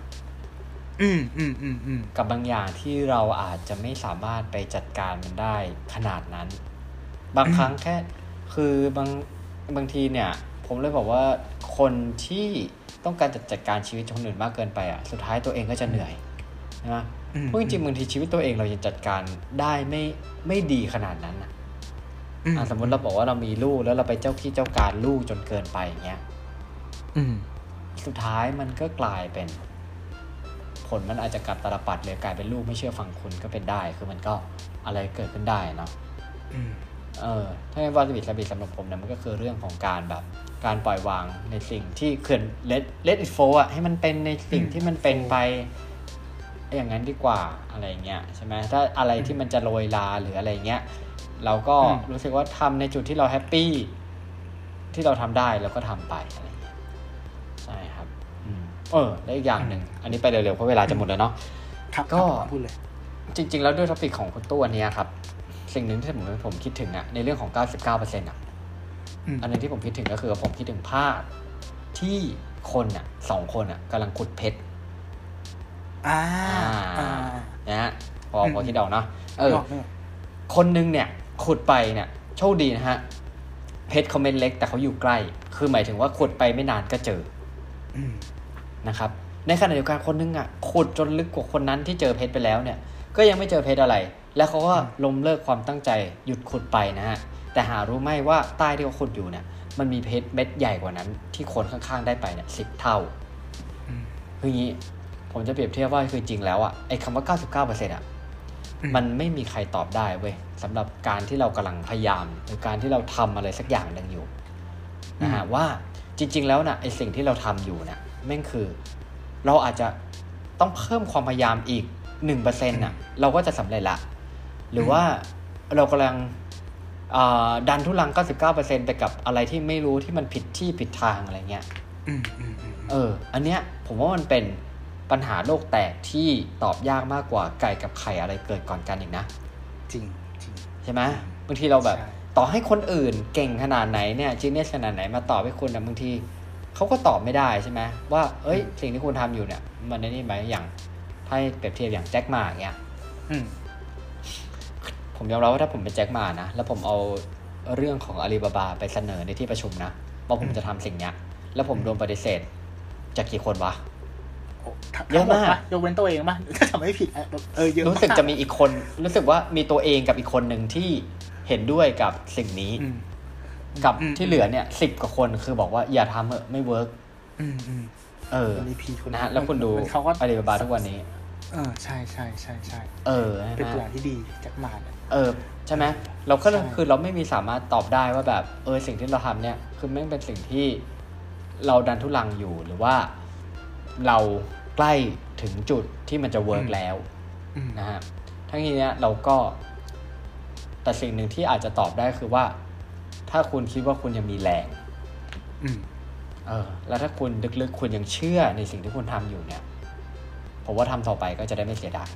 กับบางอย่างที่เราอาจจะไม่สามารถไปจัดการมันได้ขนาดนั้นบางครั้งแค่คือบางทีเนี่ยผมเลยบอกว่าคนที่ต้องการจัดการชีวิตคนอื่นมากเกินไปอ่ะสุดท้ายตัวเองก็จะเหนื่อยนะเพราะจริงๆบางทีชีวิตตัวเองเรายังจัดการได้ไม่ดีขนาดนั้นอ่ะสมมติเราบอกว่าเรามีลูกแล้วเราไปเจ้าขี้เจ้าการลูกจนเกินไปอย่างเงี้ยสุดท้ายมันก็กลายเป็นผลมันอาจจะกลับตาลปัดเลยกลายเป็นลูกไม่เชื่อฟังคุณก็เป็นได้คือมันก็อะไรเกิดขึ้นได้เนาะถ้าในวาสบิสำหรับผมเนี่ยมันก็คือเรื่องของการแบบการปล่อยวางในสิ่งที่เขื่อน let it flow อ่ะให้มันเป็นในสิ่งที่มันเป็นไปอย่างนั้นดีกว่าอะไรเงี้ยใช่ไหมถ้าอะไรที่มันจะโรยลาหรืออะไรเงี้ยเราก็รู้สึกว่าทำในจุดที่เราแฮปปี้ที่เราทำได้เราก็ทำไปอะไรเงี้ยใช่ครับและอีกอย่างหนึ่งอันนี้ไปเร็วๆเพราะเวลาจะหมดแล้วเนาะก็พูดเลยจริงๆแล้วด้วยท็อปิกของคุณตู้อันนี้ครับสิ่งหนึ่งที่ผมคิดถึงอ่ะในเรื่องของ 99% อ่ะอันนึงที่ผมคิดถึงก็คือผมคิดถึงภาพที่คนอ่ะ2 คนอ่ะกำลังขุดเพชรนะฮะพอคิดออกเนาะคนนึงเนี่ยขุดไปเนี่ยโชคดีนะฮะเพชรเขาเม็ดเล็กแต่เขาอยู่ใกล้คือหมายถึงว่าขุดไปไม่นานก็เจอนะครับในขณะเดียวกันคนนึงอ่ะขุดจนลึกกว่าคนนั้นที่เจอเพชรไปแล้วเนี่ยก็ยังไม่เจอเพชรอะไรแล้วเขาก็ล้มเลิกความตั้งใจหยุดขุดไปนะฮะแต่หารู้ไหมว่าใต้ที่เขาขุดอยู่เนี่ยมันมีเพชรเม็ดใหญ่กว่านั้นที่คนข้างๆได้ไปเนี่ย10 เท่าคืออย่างนี้ผมจะเปรียบเทียบว่าคือจริงแล้วอ่ะไอ้คำว่า 99% อ่ะมันไม่มีใครตอบได้เว้ยสำหรับการที่เรากำลังพยายามหรือการที่เราทำอะไรสักอย่างหนึ่งอยู่นะฮะว่าจริงๆแล้วนะไอ้สิ่งที่เราทำอยู่เนี่ยแม่งคือเราอาจจะต้องเพิ่มความพยายามอีก 1% น่ะเราก็จะสำเร็จละหรือว่าเรากำลังดันทุลัง 99% ไปกับอะไรที่ไม่รู้ที่มันผิดที่ผิดทางอะไรเงี้ยอันเนี้ยผมว่ามันเป็นปัญหาโลกแตกที่ตอบยากมากกว่าไก่กับไข่อะไรเกิดก่อนกันอีกนะจริงใช่ไหมบางทีเราแบบต่อให้คนอื่นเก่งขนาดไหนเนี่ยจีเนียสขนาดไหนมาตอบให้คุณนะบางทีเขาก็ตอบไม่ได้ใช่ไหมว่าเอ้ยสิ่งที่คุณทำอยู่เนี่ยมันนี่ไหมอย่างถ้าเปรียบเทียบอย่างแจ็คหม่าอย่างเงี้ยผมยอมรับว่าถ้าผมเป็นแจ็คหม่านะแล้วผมเอาเรื่องของอาลีบาบาไปเสนอในที่ประชุมนะว่าผมจะทำสิ่งเนี้ยแล้วผมโดนปฏิเสธจากกี่คนวะเยอะมากยกเว้นตัวเองป่ะถ้าทำไม่ผิดเยอะมากรู้สึกจะมีอีกคนรู้สึกว่ามีตัวเองกับอีกคนหนึ่งที่เห็นด้วยกับสิ่งนี้กับที่เหลือเนี่ย10 กว่าคนคือบอกว่าอย่าทำไม่เวิร์กนะฮะแล้วคุณดูอาลีบาบาทุกวันนี้ใช่เป็นตัวอย่างที่ดีจากมาใช่ไหมเราก็คือเราไม่มีสามารถตอบได้ว่าแบบสิ่งที่เราทำเนี่ยคือไม่เป็นสิ่งที่เราดันทุลังอยู่หรือว่าเราใกล้ถึงจุดที่มันจะเวิร์กแล้วนะฮะทั้งนี้เนี่ยเราก็แต่สิ่งหนึ่งที่อาจจะตอบได้คือว่าถ้าคุณคิดว่าคุณยังมีแรงแล้วถ้าคุณลึกๆคุณยังเชื่อในสิ่งที่คุณทำอยู่เนี่ยผมว่าทำต่อไปก็จะได้ไม่เสียดาย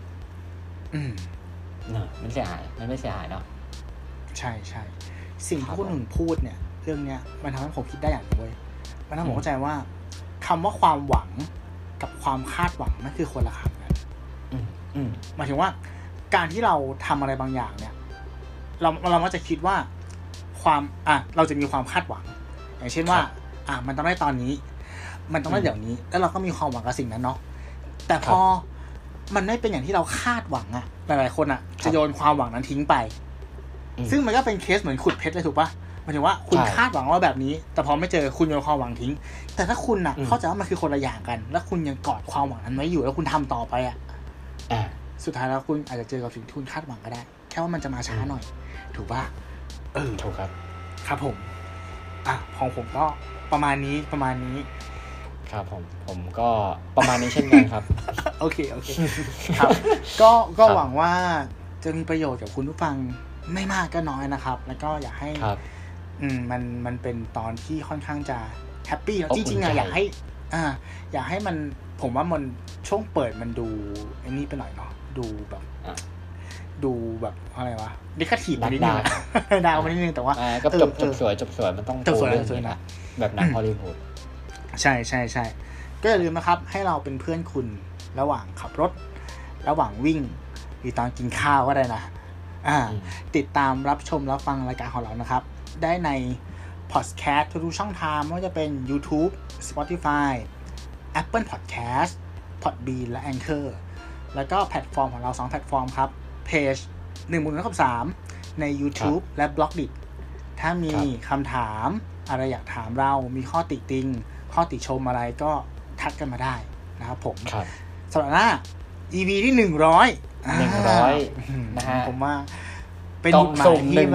มันไม่เสียหายเนาะใช่สิ่งที่คุณหนุ่มพูดเนี่ยเรื่องเนี้ยมันทำให้ผมคิดได้อย่างนึงเว้ยมันทำให้ผมเข้าใจว่าคำว่าความหวังกับความคาดหวังนั่นคือคนละคำกันหมายถึงว่าการที่เราทำอะไรบางอย่างเนี่ยเรามักจะคิดว่าความเราจะมีความคาดหวังอย่างเช่นว่ามันต้องได้ตอนนี้มันต้องได้เดี๋ยวนี้แล้วเราก็มีความหวังกับสิ่งนั้นเนาะแต่พอมันไม่เป็นอย่างที่เราคาดหวังหลายๆคนจะโยนความหวังนั้นทิ้งไปซึ่งมันก็เป็นเคสเหมือนขุดเพชรเลยถูกปะหมายถึงว่าคุณคาดหวังว่าแบบนี้แต่พอไม่เจอคุณโยนความหวังทิ้งแต่ถ้าคุณเข้าใจว่ามันคือคนละอย่างกันแล้วคุณยังกอดความหวังนั้นไว้อยู่แล้วคุณทำต่อไปสุดท้ายแล้วคุณอาจจะเจอกับสิ่งที่คุณคาดหวังก็ได้แค่ว่ามันจะมาช้าหน่อยถูกปะถูกครับครับผมของผมก็ประมาณนี้ครับผมก็ประมาณนี้เช่นกันครับโอเคครับก็หวังว่าจะมีประโยชน์กับคุณผู้ฟังไม่มากก็น้อยนะครับแล้วก็อยากให้มันเป็นตอนที่ค่อนข้างจะแฮปปี้จริงๆอยากให้มันผมว่ามันช่วงเปิดมันดูไอ้นี่ไปหน่อยเนาะดูแบบอะไรวะดิคาทีฟนิดนึงดาวมานิดนึงแต่ว่าก็จบสวยมันต้องจบสวยนะแบบหนังฮอลลีวูดใช่ก็อย่าลืมนะครับให้เราเป็นเพื่อนคุณระหว่างขับรถระหว่างวิ่งหรือตอนกินข้าวก็ได้นะติดตามรับชมรับฟังรายการของเรานะครับได้ในพอดแคสต์ทุกช่องทางไม่ว่าจะเป็น YouTube Spotify Apple Podcast Podbean และ Anchor แล้วก็แพลตฟอร์มของเรา2แพลตฟอร์มครับเพจ1/3ใน YouTube และ Blogdit ถ้ามีคำถามอะไรอยากถามเรามีข้อติติงข้อติชมอะไรก็ทักกันมาได้นะครับผมสำหรับหน้า EP ที่100 นะฮะผมว่าเป็นต้องส่ง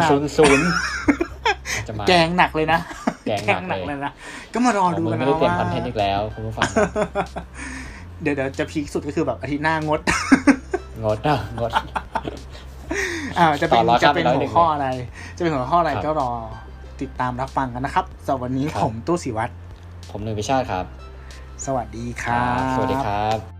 100จะมาแกงหนักเลยนะแกงหนักเลยนะก็มารอดูกันนะว่าไม่ได้เตรียมคอนเทนต์อีกแล้วคุณผู้ฟังเดี๋ยวจะพีคสุดก็คือแบบอาทิตย์หน้างดจะเป็นหัวข้ออะไรก็รอติดตามรับฟังกันนะครับสำหรับวันนี้ผมตู้ศิวัตรผมหนึ่งพิชาติครับสวัสดีครับสวัสดีครับ